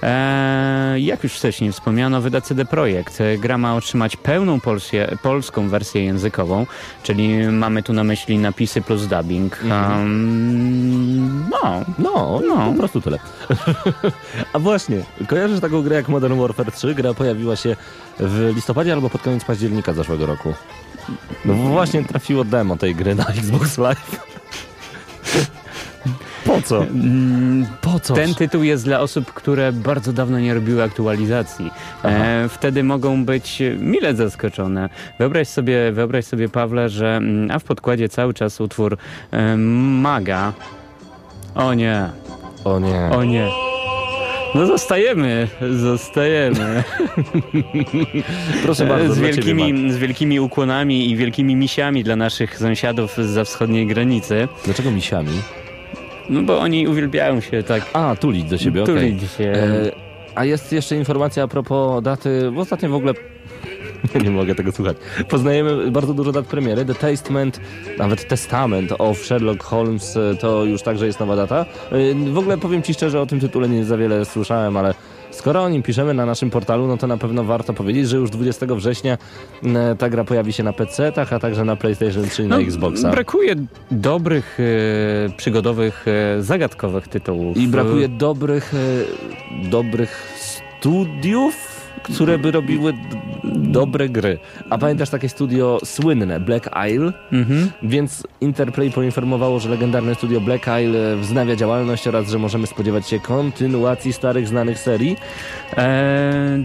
e, jak już wcześniej wspomniano, wyda C D Projekt. E, Gra ma otrzymać pełną polskie, polską wersję językową, czyli mamy tu na myśli napisy plus dubbing. Mhm. Um, no, No, no, po prostu tyle. A właśnie, kojarzysz taką grę jak Modern Warfare trzy? Gra pojawiła się w listopadzie albo pod koniec października zeszłego roku. No właśnie trafiło demo tej gry na Xbox Live. Po co? Po co? Ten tytuł jest dla osób, które bardzo dawno nie robiły aktualizacji. E, wtedy mogą być mile zaskoczone. Wyobraź sobie, wyobraź sobie, Pawle, że mm, a w podkładzie cały czas utwór e, Maga. O nie, O nie. o nie. No zostajemy, zostajemy. Proszę bardzo, z, dla ciebie, Mac. wielkimi, z wielkimi ukłonami i wielkimi misiami dla naszych sąsiadów zza wschodniej granicy. Dlaczego misiami? No bo oni uwielbiają się tak A, tulić do siebie, okej. tulić się. E, A jest jeszcze informacja a propos daty, bo ostatnio w ogóle nie mogę tego słuchać. Poznajemy bardzo dużo dat premiery. The Testament, nawet Testament of Sherlock Holmes, to już także jest nowa data. E, W ogóle powiem ci szczerze, o tym tytule nie za wiele słyszałem, ale skoro o nim piszemy na naszym portalu, no to na pewno warto powiedzieć, że już dwudziestego września e, ta gra pojawi się na pecetach, a także na PlayStation trzy i na Xboxa. Brakuje dobrych, e, przygodowych, e, zagadkowych tytułów. I brakuje dobrych, e, dobrych studiów, które by robiły d- dobre gry. A pamiętasz takie studio słynne, Black Isle? Mhm. Więc Interplay poinformowało, że legendarne studio Black Isle wznawia działalność oraz, że możemy spodziewać się kontynuacji starych, znanych serii. E,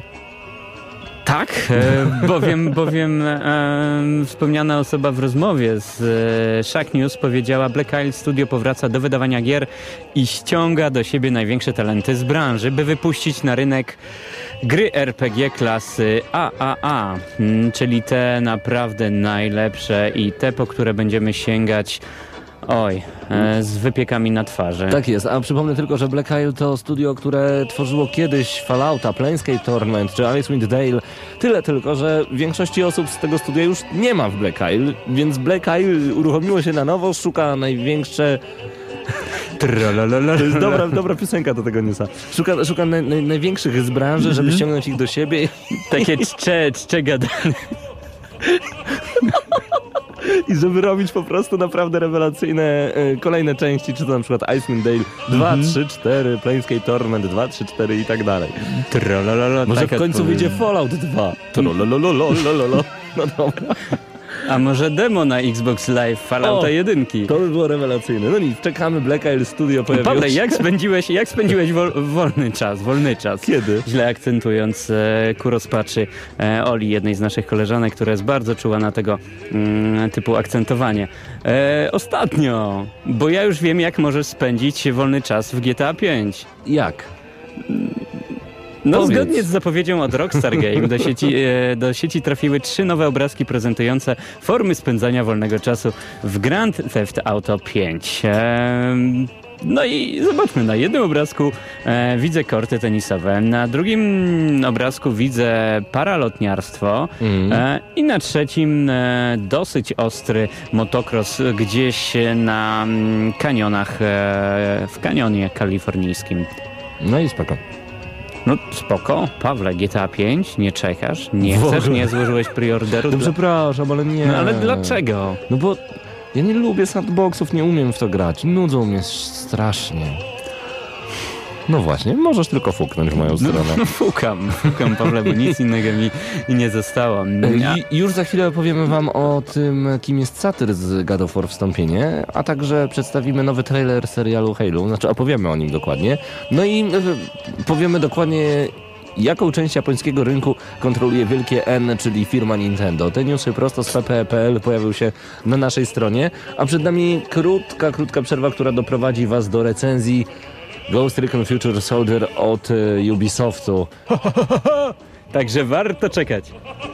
tak, e, bowiem, bowiem e, wspomniana osoba w rozmowie z e, Shack News powiedziała: Black Isle Studio powraca do wydawania gier i ściąga do siebie największe talenty z branży, by wypuścić na rynek gry R P G klasy A A A, mm, czyli te naprawdę najlepsze i te, po które będziemy sięgać, oj, e, z wypiekami na twarzy. Tak jest, a przypomnę tylko, że Black Isle to studio, które tworzyło kiedyś Fallouta, Planescape Torment czy Icewind Dale. Tyle tylko, że większości osób z tego studia już nie ma w Black Isle, więc Black Isle uruchomiło się na nowo, szuka największe... To jest dobra, dobra piosenka do tego newsa. Szuka, szuka naj, naj, największych z branży, żeby ściągnąć ich do siebie. Takie czcze, czcze gadane. I żeby robić po prostu naprawdę rewelacyjne e, kolejne części, czy to na przykład Icewind Dale dwa, trzy, cztery, Planescape Torment dwa, trzy, cztery i tak dalej. Trolololo, Może tak w końcu odpowiedź. wyjdzie Fallout dwa. Trolololololololo. No dobra. A może demo na Xbox Live Fallouta O, jedynki? To by było rewelacyjne. No nic, czekamy, Black Isle Studio pojawiło Pawle, się. jak spędziłeś, jak spędziłeś wol, wolny czas, wolny czas? Kiedy? Źle akcentując e, ku rozpaczy e, Oli, jednej z naszych koleżanek, która jest bardzo czuła na tego mm, typu akcentowanie. E, ostatnio, bo ja już wiem, jak możesz spędzić wolny czas w G T A pięć. Jak? No, Powiedz. zgodnie z zapowiedzią od Rockstar Game do sieci, e, do sieci trafiły trzy nowe obrazki prezentujące formy spędzania wolnego czasu w Grand Theft Auto pięć. E, no i zobaczmy, na jednym obrazku e, widzę korty tenisowe, na drugim obrazku widzę paralotniarstwo Mm. e, i na trzecim e, dosyć ostry motocross gdzieś na mm, kanionach, e, w kanionie kalifornijskim. No i spoko. No spoko, Pawle, G T A pięć, nie czekasz, nie W chcesz, ogóle. nie złożyłeś preorderu? No dla- przepraszam, ale nie. No ale dlaczego? No bo ja nie lubię sandboxów, nie umiem w to grać. Nudzą mnie strasznie. No właśnie, możesz tylko fuknąć w moją No, stronę. no fukam, fukam, Pawle, bo nic innego mi nie zostało. Ja, I już za chwilę opowiemy wam o tym, kim jest Satyr z God of War Wstąpienie, a także przedstawimy nowy trailer serialu Halo, znaczy opowiemy o nim dokładnie. No i e, powiemy dokładnie, jaką część japońskiego rynku kontroluje wielkie N, czyli firma Nintendo. Te newsy prosto z p p kropka p l pojawił się na naszej stronie, a przed nami krótka, krótka przerwa, która doprowadzi was do recenzji Ghost Recon Future Soldier od e, Ubisoftu. także warto czekać.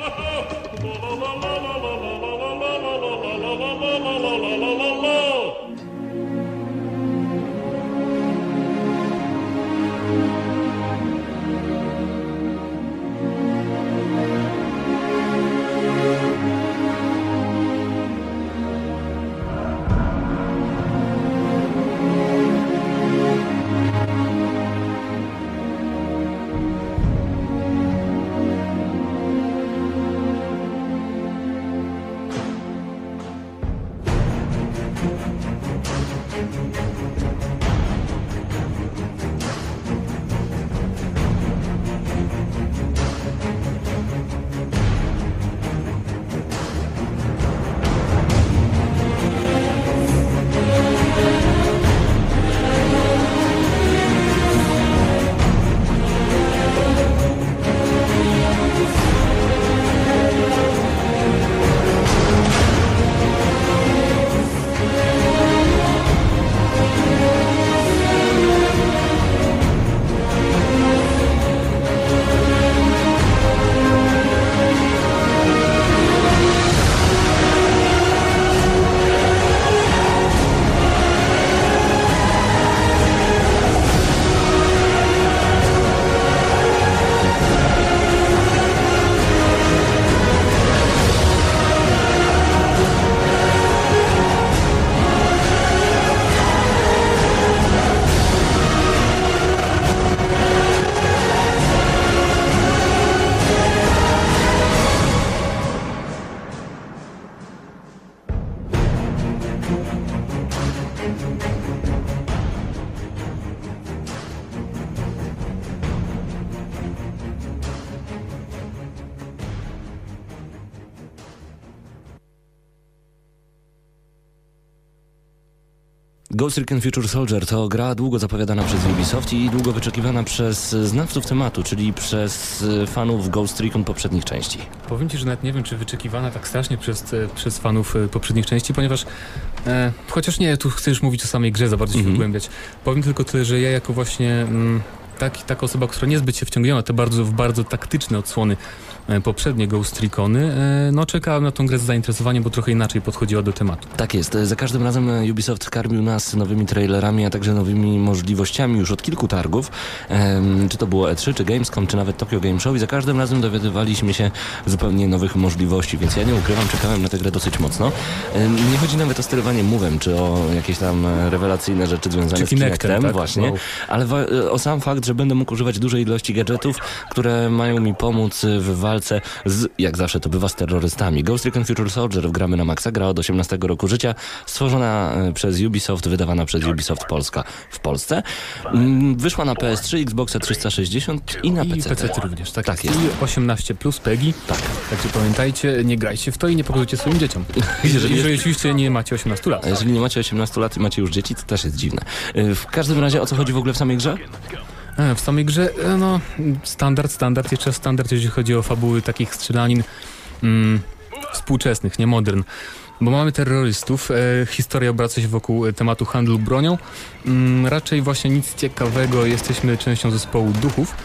Ghost Recon Future Soldier to gra długo zapowiadana przez Ubisoft i długo wyczekiwana przez znawców tematu, czyli przez fanów Ghost Recon poprzednich części. Powiem ci, że nawet nie wiem, czy wyczekiwana tak strasznie przez, e, przez fanów e, poprzednich części, ponieważ e, chociaż nie, tu chcę już mówić o samej grze, za bardzo się Mhm. wgłębiać. Powiem tylko tyle, że ja jako właśnie mm, tak, taka osoba, która niezbyt się wciągnęła te bardzo, w bardzo taktyczne odsłony e, poprzednie Ghost Recony, e, no czekałem na tą grę z zainteresowaniem, bo trochę inaczej podchodziła do tematu. Tak jest. Za każdym razem Ubisoft karmił nas nowymi trailerami, a także nowymi możliwościami już od kilku targów. Ehm, czy to było E trzy, czy Gamescom, czy nawet Tokyo Game Show i za każdym razem dowiadywaliśmy się zupełnie nowych możliwości, więc ja nie ukrywam, czekałem na tę grę dosyć mocno. Ehm, nie chodzi nawet o sterowanie move'em, czy o jakieś tam rewelacyjne rzeczy związane Czy z Kinectem, Kinectem, tak? właśnie, Wow. ale wa- o sam fakt, że będę mógł używać dużej ilości gadżetów, które mają mi pomóc w walce z, jak zawsze to bywa, z terrorystami. Ghost Recon Future Soldier gramy na maksa, gra od osiemnastego roku życia, stworzona e, przez Ubisoft, wydawana przez Ubisoft Polska w Polsce. Mm, Wyszła na P S trzy, Xboxa trzysta sześćdziesiąt i na I P C. P C również, tak, Tak jest. jest. I osiemnaście plus PEGI. Tak. Także pamiętajcie, nie grajcie w to i nie pokazujcie swoim dzieciom. Jeżeli, jeżeli oczywiście nie macie osiemnastu lat. A jeżeli nie macie osiemnastu lat i macie już dzieci, to też jest dziwne. E, W każdym razie, o co chodzi w ogóle w samej grze? E, W samej grze, e, no, standard, standard, jeszcze standard, jeżeli chodzi o fabuły takich strzelanin mm, współczesnych, nie modern. Bo mamy terrorystów, e, historia obraca się wokół e, tematu handlu bronią. Mm, raczej właśnie nic ciekawego, jesteśmy częścią zespołu duchów.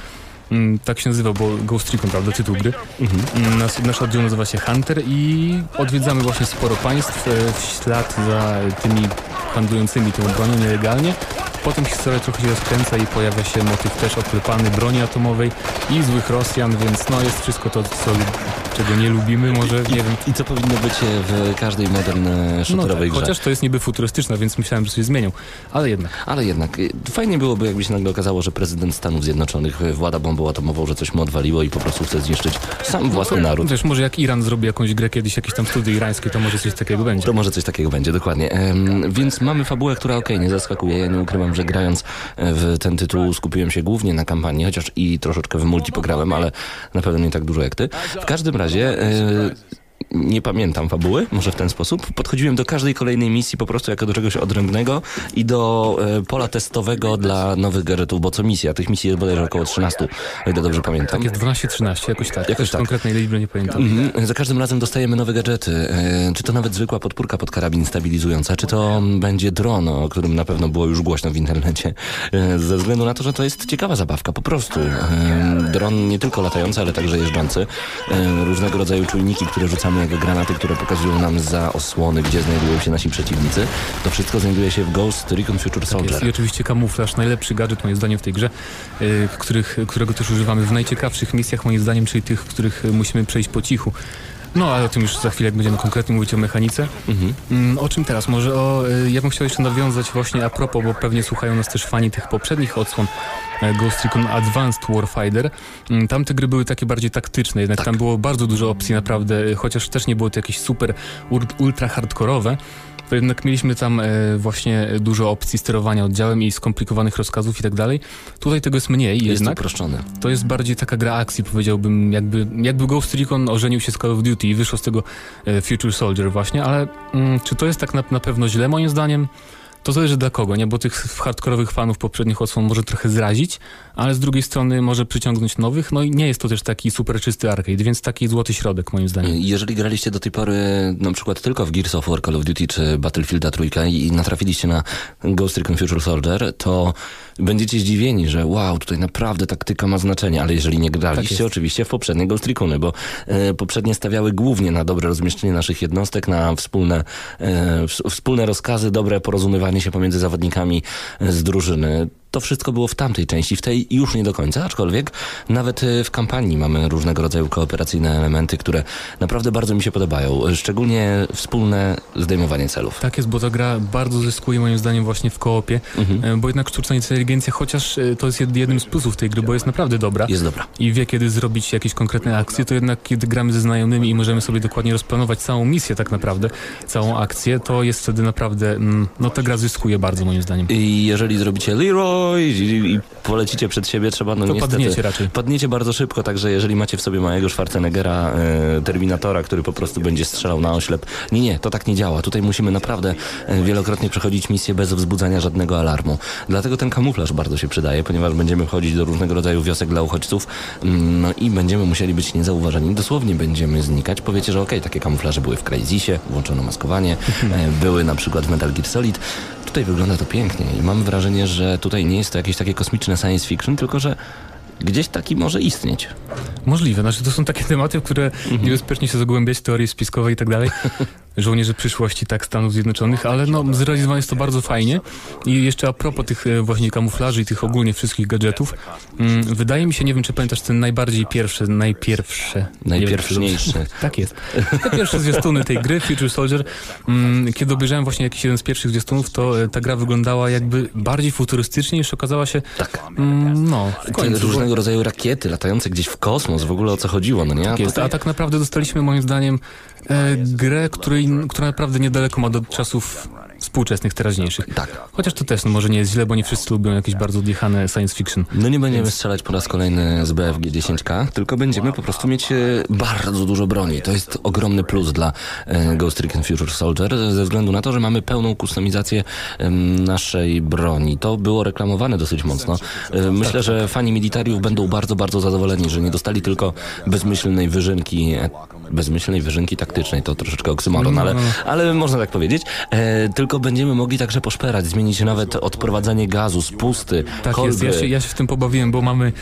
Mm, Tak się nazywa, bo Ghost Recon, prawda, tytuł gry. Mm, Nasz, nasz oddział nazywa się Hunter i odwiedzamy właśnie sporo państw e, w ślad za tymi handlującymi tą bronią nielegalnie. Potem historia trochę się rozkręca i pojawia się motyw też oklepany broni atomowej i złych Rosjan, więc no jest wszystko to, co, czego nie lubimy, może, nie wiem. I co powinno być w każdej modern No shooterowej tak, grze. chociaż to jest niby futurystyczna, więc myślałem, że się zmienią, ale jednak. Ale jednak y, fajnie byłoby, jakby się nagle okazało, że prezydent Stanów Zjednoczonych y, włada bombą atomową, że coś mu odwaliło i po prostu chce zniszczyć sam własny naród. Wiesz, może jak Iran zrobi jakąś grę kiedyś, jakieś tam studia irańskie, to może coś takiego będzie. To może coś takiego będzie, dokładnie. Ehm, więc mamy fabułę, która okej, nie zaskakuje. Ja nie ukrywam, że grając w ten tytuł skupiłem się głównie na kampanii, chociaż i troszeczkę w multi pograłem, ale na pewno nie tak dużo jak ty. W każdym razie... E, nie pamiętam fabuły, może w ten sposób. Podchodziłem do każdej kolejnej misji po prostu jako do czegoś odrębnego i do e, pola testowego dla nowych gadżetów, bo co misja, tych misji jest bodajże około trzynaście, o ile dobrze pamiętam. Tak jest dwanaście trzynaście, jakoś tak. Jakoś Też tak. Konkretnej liczby nie pamiętam. Mhm. Za każdym razem dostajemy nowe gadżety. E, czy to nawet zwykła podpórka pod karabin stabilizująca, czy to będzie dron, o którym na pewno było już głośno w internecie. E, ze względu na to, że to jest ciekawa zabawka, po prostu. E, dron nie tylko latający, ale także jeżdżący. E, różnego rodzaju czujniki, które rzucamy jako granaty, które pokazują nam za osłony, gdzie znajdują się nasi przeciwnicy. To wszystko znajduje się w Ghost Recon Future Soldier. Jest. I oczywiście kamuflaż, najlepszy gadżet moim zdaniem w tej grze, yy, których, którego też używamy w najciekawszych misjach moim zdaniem, czyli tych, w których musimy przejść po cichu. No, ale o tym już za chwilę, jak będziemy konkretnie mówić o mechanice. Mhm. Mm, o czym teraz? Może o... Y, ja bym chciał jeszcze nawiązać właśnie a propos, bo pewnie słuchają nas też fani tych poprzednich odsłon e, Ghost Recon Advanced Warfighter. Mm, tam te gry były takie bardziej taktyczne, jednak Tak. tam było bardzo dużo opcji naprawdę, y, chociaż też nie było to jakieś super ur, ultra hardkorowe. To jednak mieliśmy tam e, właśnie dużo opcji sterowania oddziałem i skomplikowanych rozkazów i tak dalej. Tutaj tego jest mniej Jest jednak. uproszczony. To jest bardziej taka gra akcji, powiedziałbym, jakby, jakby Ghost Recon ożenił się z Call of Duty i wyszło z tego e, Future Soldier właśnie, ale mm, czy to jest tak na, na pewno źle moim zdaniem? To zależy dla kogo, nie? Bo tych hardkorowych fanów poprzednich odsłon może trochę zrazić, ale z drugiej strony może przyciągnąć nowych, no i nie jest to też taki super czysty arcade, więc taki złoty środek moim zdaniem. Jeżeli graliście do tej pory na przykład tylko w Gears of War, Call of Duty czy Battlefielda trójkę i natrafiliście na Ghost Recon Future Soldier, to będziecie zdziwieni, że wow, tutaj naprawdę taktyka ma znaczenie, ale jeżeli nie graliście Tak oczywiście w poprzednie Ghost Recony, bo e, poprzednie stawiały głównie na dobre rozmieszczenie naszych jednostek, na wspólne, e, w, wspólne rozkazy, dobre porozumiewanie się pomiędzy zawodnikami z drużyny. To wszystko było w tamtej części, w tej już nie do końca, aczkolwiek nawet w kampanii mamy różnego rodzaju kooperacyjne elementy, które naprawdę bardzo mi się podobają. Szczególnie wspólne zdejmowanie celów. Tak jest, bo ta gra bardzo zyskuje moim zdaniem właśnie w koopie, mhm. bo jednak sztuczna inteligencja, chociaż to jest jednym z plusów tej gry, bo jest naprawdę dobra. Jest dobra. I wie, kiedy zrobić jakieś konkretne akcje, to jednak kiedy gramy ze znajomymi i możemy sobie dokładnie rozplanować całą misję tak naprawdę, całą akcję, to jest wtedy naprawdę, no ta gra zyskuje bardzo moim zdaniem. I jeżeli zrobicie Leroy i, i polecicie przed siebie, trzeba no to niestety... padniecie raczej. Padniecie bardzo szybko, także jeżeli macie w sobie małego Schwarzeneggera, e, Terminatora, który po prostu będzie strzelał na oślep. Nie, nie, to tak nie działa. Tutaj musimy naprawdę e, wielokrotnie przechodzić misję bez wzbudzania żadnego alarmu. Dlatego ten kamuflaż bardzo się przydaje, ponieważ będziemy wchodzić do różnego rodzaju wiosek dla uchodźców, no i będziemy musieli być niezauważeni. Dosłownie będziemy znikać. Powiecie, że okej, okay, takie kamuflaże były w Crysisie, włączono maskowanie, e, były na przykład w Metal Gear Solid. Tutaj wygląda to pięknie i mam wrażenie, że tutaj nie jest to jakieś takie kosmiczne science fiction, tylko że gdzieś taki może istnieć. Możliwe, znaczy to są takie tematy, w które mhm. niebezpiecznie się zagłębiać, teorie spiskowe i tak dalej. Żołnierze przyszłości, tak, Stanów Zjednoczonych, ale no zrealizowane jest to bardzo fajnie. I jeszcze a propos tych właśnie kamuflaży i tych ogólnie wszystkich gadżetów, mm, wydaje mi się, nie wiem czy pamiętasz ten najbardziej pierwsze, najpierwsze... Najpierwniejszy. Tak jest. Te pierwsze zwiastuny tej gry, Future Soldier, mm, kiedy obejrzałem właśnie jakiś jeden z pierwszych zwiastunów, to ta gra wyglądała jakby bardziej futurystycznie niż okazała się... Tak. Mm, no, w końcu. Te różnego rodzaju rakiety latające gdzieś w kosmos, w ogóle o co chodziło, no nie? Tak jest, a tak naprawdę dostaliśmy moim zdaniem e, grę, której, która naprawdę niedaleko ma do czasów współczesnych, teraźniejszych. Tak. Chociaż to też no, może nie jest źle, bo nie wszyscy lubią jakieś bardzo odjechane science fiction. No nie będziemy Więc... strzelać po raz kolejny z B F G dziesięć K, tylko będziemy po prostu mieć bardzo dużo broni. To jest ogromny plus dla e, Ghost Recon Future Soldier, ze względu na to, że mamy pełną kustomizację e, naszej broni. To było reklamowane dosyć mocno. E, myślę, że fani militariów będą bardzo, bardzo zadowoleni, że nie dostali tylko bezmyślnej wyżynki, e, bezmyślnej wyżynki taktycznej, to troszeczkę oksymoron, ale, ale można tak powiedzieć. E, tylko będziemy mogli także poszperać, zmienić nawet odprowadzanie gazu, spusty, tak kolby. jest, ja się, ja się w tym pobawiłem, bo mamy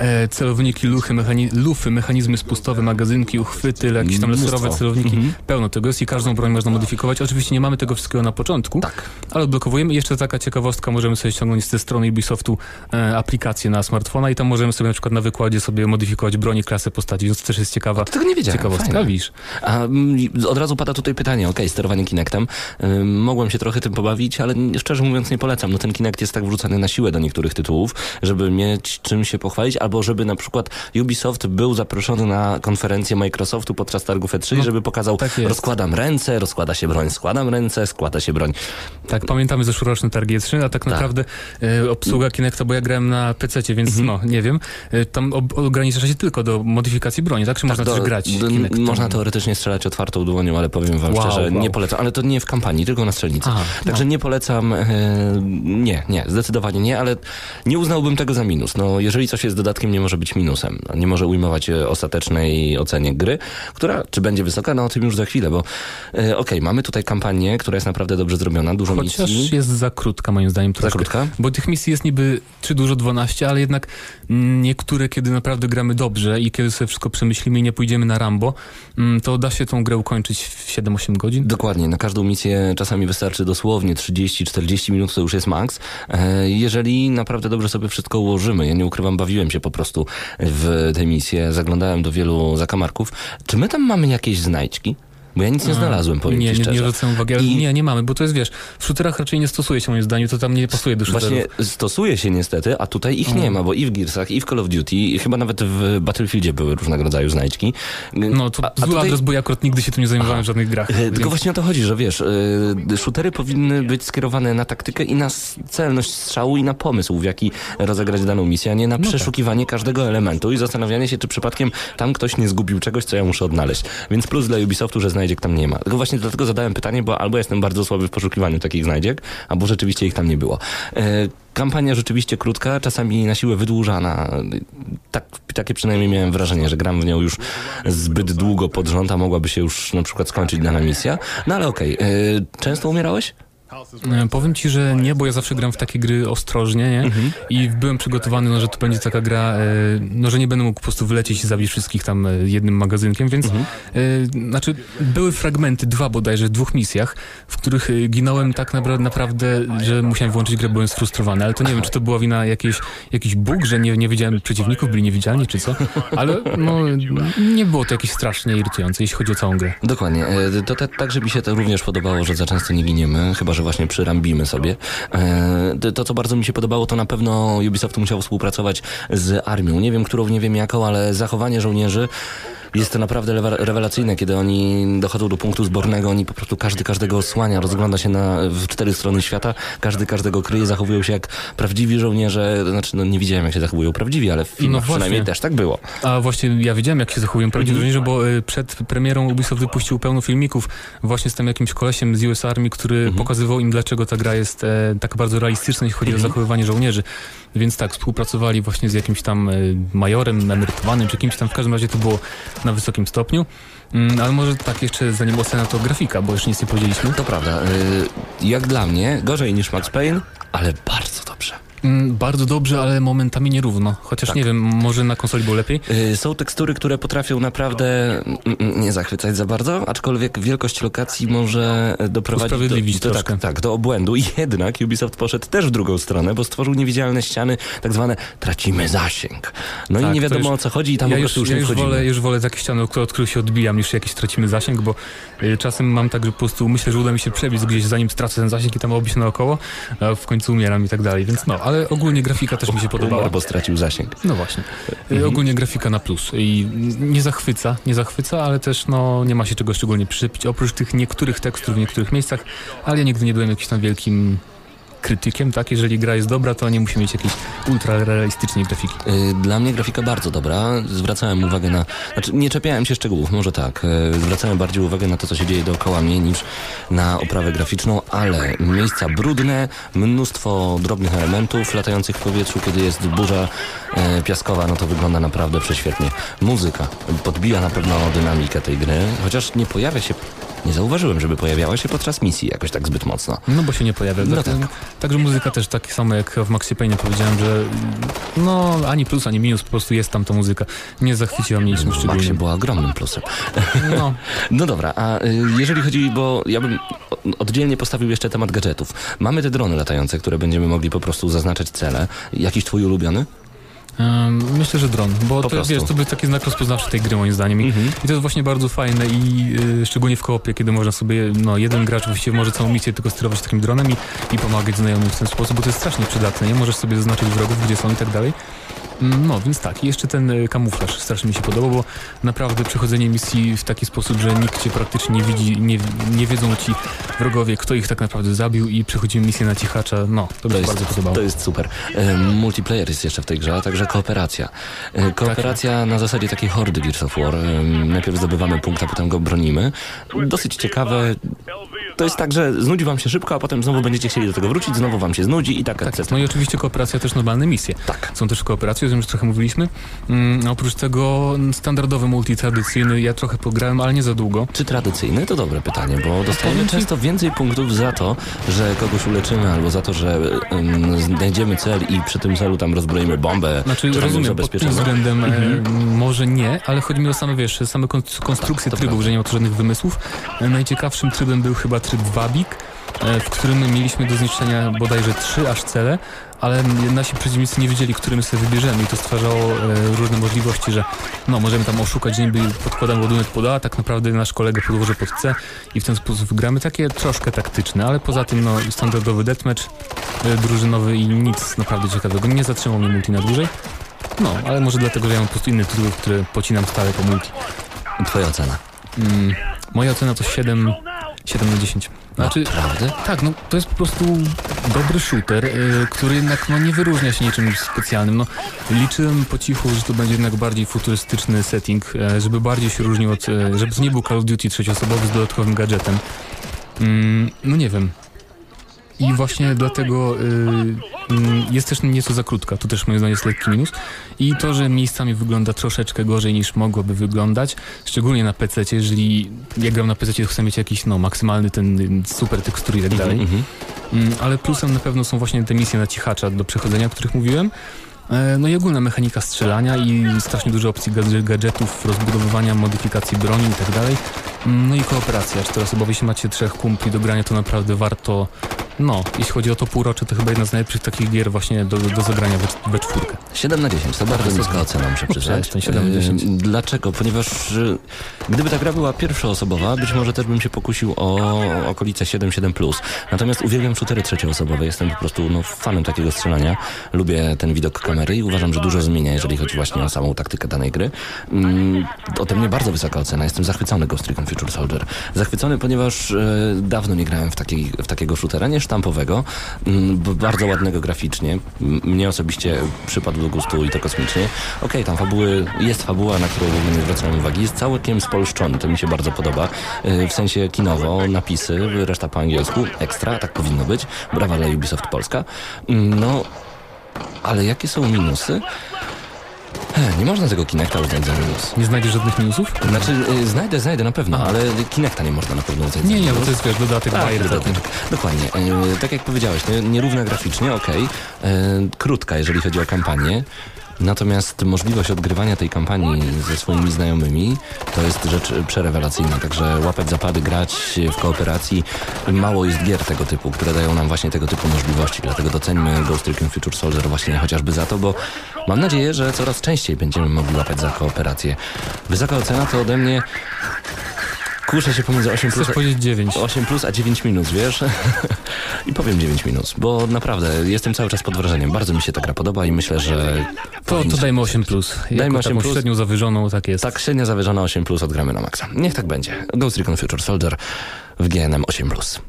e, celowniki, luchy, mechani- lufy, mechanizmy spustowe, magazynki, uchwyty, jakieś tam Mnóstwo. laserowe celowniki. Mhm. Pełno tego jest i każdą broń można modyfikować. Oczywiście nie mamy tego wszystkiego na początku, Tak. ale odblokowujemy. Jeszcze taka ciekawostka, możemy sobie ściągnąć ze strony Ubisoftu e, aplikację na smartfona i tam możemy sobie na przykład na wykładzie sobie modyfikować broni, klasę postaci, więc to też jest ciekawa Tego nie wiedziałem. ciekawostka. Fajne. Widzisz? A mm, od razu pada tutaj pytanie, okej, sterowanie Kinectem. Ym, mogłem się trochę tym pobawić, ale nie- szczerze mówiąc nie polecam. No ten Kinect jest tak wrzucany na siłę do niektórych tytułów, żeby mieć czym się pochwalić, albo żeby na przykład Ubisoft był zaproszony na konferencję Microsoftu podczas targów E trzy, No, żeby pokazał, tak jest. rozkładam ręce, rozkłada się broń, składam ręce, składa się broń. Tak, pamiętamy zeszłoroczne targi E trzy, a tak naprawdę e, obsługa Kinecta, bo ja grałem na pececie, więc Mhm. no, nie wiem, e, tam ob- ogranicza się tylko do modyfikacji broni, tak? Czy można do- też grać do- Kinectem? Można teoretycznie strzelać otwartą dłonią, ale powiem wam Wow, szczerze, wow. nie polecam. Ale to nie w kampanii, tylko na strzelnicy. Aha, Także no. nie polecam, e, nie, nie, zdecydowanie nie, ale nie uznałbym tego za minus. No, jeżeli coś jest dodatkiem, nie może być minusem. No, nie może ujmować e, ostatecznej ocenie gry, która, czy będzie wysoka, no o tym już za chwilę, bo e, okej, mamy tutaj kampanię, która jest naprawdę dobrze zrobiona, dużo Chociaż misji. jest za krótka moim zdaniem troszkę. krótka? Bo tych misji jest niby czy dużo dwanaście, ale jednak mm, niektóre, kiedy naprawdę gramy dobrze i kiedy sobie wszystko przemyślimy i nie pójdziemy na Rambo, mm, to da się tą grę ukończyć w siedem osiem godzin. Dokładnie, na każdą misję czasami wystarczy dosłownie trzydzieści czterdzieści minut, to już jest maks. E, Jeżeli naprawdę dobrze sobie wszystko ułożymy, ja nie ukrywam, bawiłem się po prostu w tę misję, zaglądałem do wielu zakamarków. Czy my tam mamy jakieś znajdźki? Bo ja nic nie znalazłem, powiem Nie, ci nie, nie szczerze. zwracam uwagi, ale I- nie, nie mamy, bo to jest, wiesz, w shooterach raczej nie stosuje się moim zdaniem, to tam nie pasuje do shooterów. Właśnie stosuje się niestety, a tutaj ich nie ma, bo i w Gearsach, i w Call of Duty, i chyba nawet w Battlefieldzie były różnego rodzaju znajdźki. No to A- a zły tutaj- adres, bo ja akurat nigdy się tym nie zajmowałem w żadnych grach. E, Tylko Więc- właśnie o to chodzi, że wiesz, e, shootery powinny być skierowane na taktykę i na s- celność strzału i na pomysł, w jaki rozegrać daną misję, a nie na No przeszukiwanie każdego elementu i zastanawianie się, czy przypadkiem tam ktoś nie zgubił czegoś, co ja muszę odnaleźć. Więc plus dla Ubisoftu, że znajdziek tam nie ma. Tylko właśnie dlatego zadałem pytanie, bo albo jestem bardzo słaby w poszukiwaniu takich znajdziek, albo rzeczywiście ich tam nie było. E, Kampania rzeczywiście krótka, czasami na siłę wydłużana. Tak, takie przynajmniej miałem wrażenie, że gram w nią już zbyt długo pod rząd, a mogłaby się już na przykład skończyć dana misja. No ale okej. E, Często umierałeś? E, Powiem ci, że nie, bo ja zawsze gram w takie gry ostrożnie, nie? Mhm. I byłem przygotowany, no, że to będzie taka gra, e, no, że nie będę mógł po prostu wylecieć i zabić wszystkich tam e, jednym magazynkiem, więc Mhm. e, znaczy były fragmenty, dwa bodajże, w dwóch misjach, w których e, ginąłem tak napra- naprawdę, że musiałem włączyć grę, byłem sfrustrowany, ale to nie wiem, czy to była wina jakiejś, jakiś bóg, że nie, nie widziałem przeciwników, byli niewidzialni, czy co, ale no, nie było to jakieś strasznie irytujące, jeśli chodzi o całą grę. Dokładnie. E, To tak, tak, że mi się to również podobało, że za często nie giniemy, chyba że właśnie przyrambimy sobie. E, to- To, co bardzo mi się podobało, to na pewno Ubisoft musiał współpracować z armią. Nie wiem, którą, nie wiem jaką, ale zachowanie żołnierzy jest to naprawdę lewa- rewelacyjne, kiedy oni dochodzą do punktu zbornego, oni po prostu każdy każdego osłania, rozgląda się na, w cztery strony świata, każdy każdego kryje, zachowują się jak prawdziwi żołnierze, znaczy no nie widziałem jak się zachowują prawdziwi, ale w filmach właśnie. przynajmniej też tak było. A właśnie ja wiedziałem, jak się zachowują prawdziwi żołnierze, bo y, przed premierą Ubisoft wypuścił pełno filmików właśnie z tym jakimś kolesiem z U S Army, który pokazywał im, dlaczego ta gra jest e, tak bardzo realistyczna, jeśli chodzi o zachowywanie żołnierzy. Więc tak, współpracowali właśnie z jakimś tam e, majorem emerytowanym, czy kimś tam, w każdym razie to było na wysokim stopniu. Mm, ale może tak jeszcze, zanim ocena, to grafika, bo już nic nie powiedzieliśmy. To prawda. y, Jak dla mnie, gorzej niż Max Payne, ale bardzo dobrze. Mm, bardzo dobrze, ale momentami nierówno. Chociaż Tak. nie wiem, może na konsoli było lepiej. Y, Są tekstury, które potrafią naprawdę mm, mm, nie zachwycać za bardzo, aczkolwiek wielkość lokacji może doprowadzić Usprawiedliwić do, do, troszkę. tak, tak, do obłędu. I jednak Ubisoft poszedł też w drugą stronę, bo stworzył niewidzialne ściany, tak zwane tracimy zasięg. No Tak, i nie to wiadomo już- o co chodzi i tam ja po już, prostu już ja nie już wchodzimy. wolę, już wolę takie ściany, od, od których się odbijam, niż jakiś tracimy zasięg, bo y, czasem mam tak, że po prostu myślę, że uda mi się przebiec gdzieś, zanim stracę ten zasięg i tam obić naokoło, a w końcu umieram i tak dalej, więc no, ale ogólnie grafika też mi się podobała. Umarł, bo stracił zasięg. No właśnie. Y, Ogólnie grafika na plus i nie zachwyca, nie zachwyca, ale też no nie ma się czego szczególnie przyczepić, oprócz tych niektórych tekstur w niektórych miejscach, ale ja nigdy nie byłem jakimś tam wielkim krytykiem, tak? Jeżeli gra jest dobra, to nie musi mieć jakiejś ultra realistycznej grafiki. Y, Dla mnie grafika bardzo dobra. Zwracałem uwagę na... Znaczy, nie czepiałem się szczegółów, może tak. Y, Zwracałem bardziej uwagę na to, co się dzieje dookoła mnie, niż na oprawę graficzną, ale miejsca brudne, mnóstwo drobnych elementów latających w powietrzu, kiedy jest burza e, piaskowa, no to wygląda naprawdę prześwietnie. Muzyka podbija na pewno dynamikę tej gry, chociaż nie pojawia się nie zauważyłem, żeby pojawiała się podczas misji jakoś tak zbyt mocno. No bo się nie pojawia. No Tak- tak. Także muzyka też tak samo jak w Maxie Payne powiedziałem, że no ani plus, ani minus, po prostu jest tam ta muzyka. Nie zachwyciła mnie niczym Maxie szczególnym. była ogromnym plusem. No, No dobra, a y, jeżeli chodzi, bo ja bym o- oddzielnie postawił jeszcze temat gadżetów. Mamy te drony latające, które będziemy mogli po prostu zaznaczać cele. Jakiś twój ulubiony? em, myślę, że dron, bo to, prostu. wiesz, to był taki znak rozpoznawczy tej gry moim zdaniem. I, Mhm. i to jest właśnie bardzo fajne i y, szczególnie w koopie, kiedy można sobie, no jeden gracz właściwie może całą misję tylko sterować takim dronem i, i pomagać znajomym w ten sposób, bo to jest strasznie przydatne, nie? Możesz sobie zaznaczyć wrogów, gdzie są i tak dalej. Mm, No, więc tak. I jeszcze ten y, kamuflaż strasznie mi się podobał, bo naprawdę przechodzenie misji w taki sposób, że nikt cię praktycznie nie widzi, nie, nie wiedzą ci wrogowie, kto ich tak naprawdę zabił i przechodzimy misję na cichacza. No, to mi się bardzo podobało. To jest super. E, multiplayer jest jeszcze w tej grze, a także kooperacja. E, kooperacja na zasadzie takiej hordy Gears of War. E, najpierw zdobywamy punkt, a potem go bronimy. Dosyć ciekawe. To jest tak, że znudzi wam się szybko, a potem znowu będziecie chcieli do tego wrócić, znowu wam się znudzi i tak, Tak, et cetera. no i oczywiście kooperacja też normalne misje. Tak. Są też kooperacje, o tym już trochę mówiliśmy. Mm, a oprócz tego standardowy multi tradycyjny, ja trochę pograłem, ale nie za długo. Czy tradycyjny? To dobre pytanie, bo dostajemy Powiem ci- często więcej punktów za to, że kogoś uleczymy, albo za to, że um, znajdziemy cel i przy tym celu tam rozbroimy bombę. Znaczy czy tam ją rozumiem, pod tym zabezpieczymy. względem Mhm. e, może nie, ale chodzi mi o same, wiesz, same kon- konstrukcje Tak, to trybów, prawda. że nie ma tu żadnych wymysłów. E, najciekawszym trybem był chyba tryb Wabik, e, w którym mieliśmy do zniszczenia bodajże trzy aż cele, ale nasi przeciwnicy nie wiedzieli, którym sobie wybierzemy i to stwarzało e, różne możliwości, że no możemy tam oszukać, że niby podkładam ładunek pod A, a tak naprawdę nasz kolega podłoży pod C i w ten sposób gramy. Takie troszkę taktyczne, ale poza tym no standardowy deathmatch, e, drużynowy i nic naprawdę ciekawego. Nie zatrzymał mnie multi na dłużej. No, ale może dlatego, że ja mam po prostu inne tytuły, które pocinam stale po multi. Twoja ocena. Mm, moja ocena to siedem, siedem na dziesięć. Znaczy, Naprawdę? tak, no to jest po prostu dobry shooter, y, który jednak no, nie wyróżnia się niczym specjalnym. No, liczyłem po cichu, że to będzie jednak bardziej futurystyczny setting, e, żeby bardziej się różnił od, e, żeby to nie był Call of Duty trzecioosobowy z dodatkowym gadżetem. Mm, no nie wiem. I właśnie dlatego y, y, jest też nieco za krótka. Tu też moim zdaniem jest lekki minus. I to, że miejscami wygląda troszeczkę gorzej niż mogłoby wyglądać. Szczególnie na pececie, jeżeli ja gram na pececie, to chcę mieć jakiś no, maksymalny ten y, super tekstur i tak dalej. Mhm. Mm, ale plusem na pewno są właśnie te misje na cichacza do przechodzenia, o których mówiłem. E, No i ogólna mechanika strzelania i strasznie dużo opcji gadż- gadżetów, rozbudowywania, modyfikacji broni i tak dalej. Mm, No i kooperacja. Czteroosobowo, jeśli macie trzech kumpli do grania, to naprawdę warto. No, jeśli chodzi o to półrocze, to chyba jedna z najlepszych takich gier właśnie do, do zagrania we, we czwórkę. siedem na dziesięć, to bardzo niska ocena, muszę przyznać. przestań, siedem na dziesięć. Yy, Dlaczego? Ponieważ yy, gdyby ta gra była pierwszoosobowa, być może też bym się pokusił o okolice siedem siedem plus. Natomiast uwielbiam shootery trzecioosobowe, jestem po prostu no, fanem takiego strzelania. Lubię ten widok kamery i uważam, że dużo zmienia, jeżeli chodzi właśnie o samą taktykę danej gry. Yy, ode mnie bardzo wysoka ocena, jestem zachwycony Ghost Recon Future Soldier. Zachwycony, ponieważ yy, dawno nie grałem w, takiej, w takiego shootera, nie sztampowego, yy, bardzo ładnego graficznie. M- Mnie osobiście przypadł do gustu i to kosmicznie. Okej, tam fabuły, jest fabuła, na którą w ogóle nie zwracam uwagi. Jest całkiem spolszczony, to mi się bardzo podoba. Yy, w sensie kinowo, napisy, reszta po angielsku, ekstra, tak powinno być. Brawa dla Ubisoft Polska. Yy, no, ale jakie są minusy? He, nie można tego Kinecta uznać za minus. Nie znajdziesz żadnych minusów? Znaczy, yy, znajdę, znajdę na pewno, Aha. ale Kinecta nie można na pewno uznać za Nie, nie, minus. bo to jest, wiesz, dodatek Tak, bajer. dodatek. Dokładnie. E, tak jak powiedziałeś, nie, nierówna graficznie, okej. E, Krótka, jeżeli chodzi o kampanię. Natomiast możliwość odgrywania tej kampanii ze swoimi znajomymi to jest rzecz przerewelacyjna. Także łapać zapady, grać w kooperacji. Mało jest gier tego typu, które dają nam właśnie tego typu możliwości. Dlatego doceńmy Ghost Recon Future Soldier właśnie chociażby za to, bo mam nadzieję, że coraz częściej będziemy mogli łapać za kooperację. Wysoka ocena to ode mnie... Kuszę się pomiędzy osiem plus, Chcesz powiedzieć dziewięć. osiem plus a dziewięć minus, wiesz? I powiem dziewięć minus, bo naprawdę jestem cały czas pod wrażeniem. Bardzo mi się ta gra podoba i myślę, że... To, to powinniśmy- dajmy osiem plus. Dajmy Jako osiem taką plus. średnią zawyżoną, tak jest. Tak, średnia zawyżona osiem plus odgramy na maksa. Niech tak będzie. Ghost Recon Future Soldier w G N M osiem plus.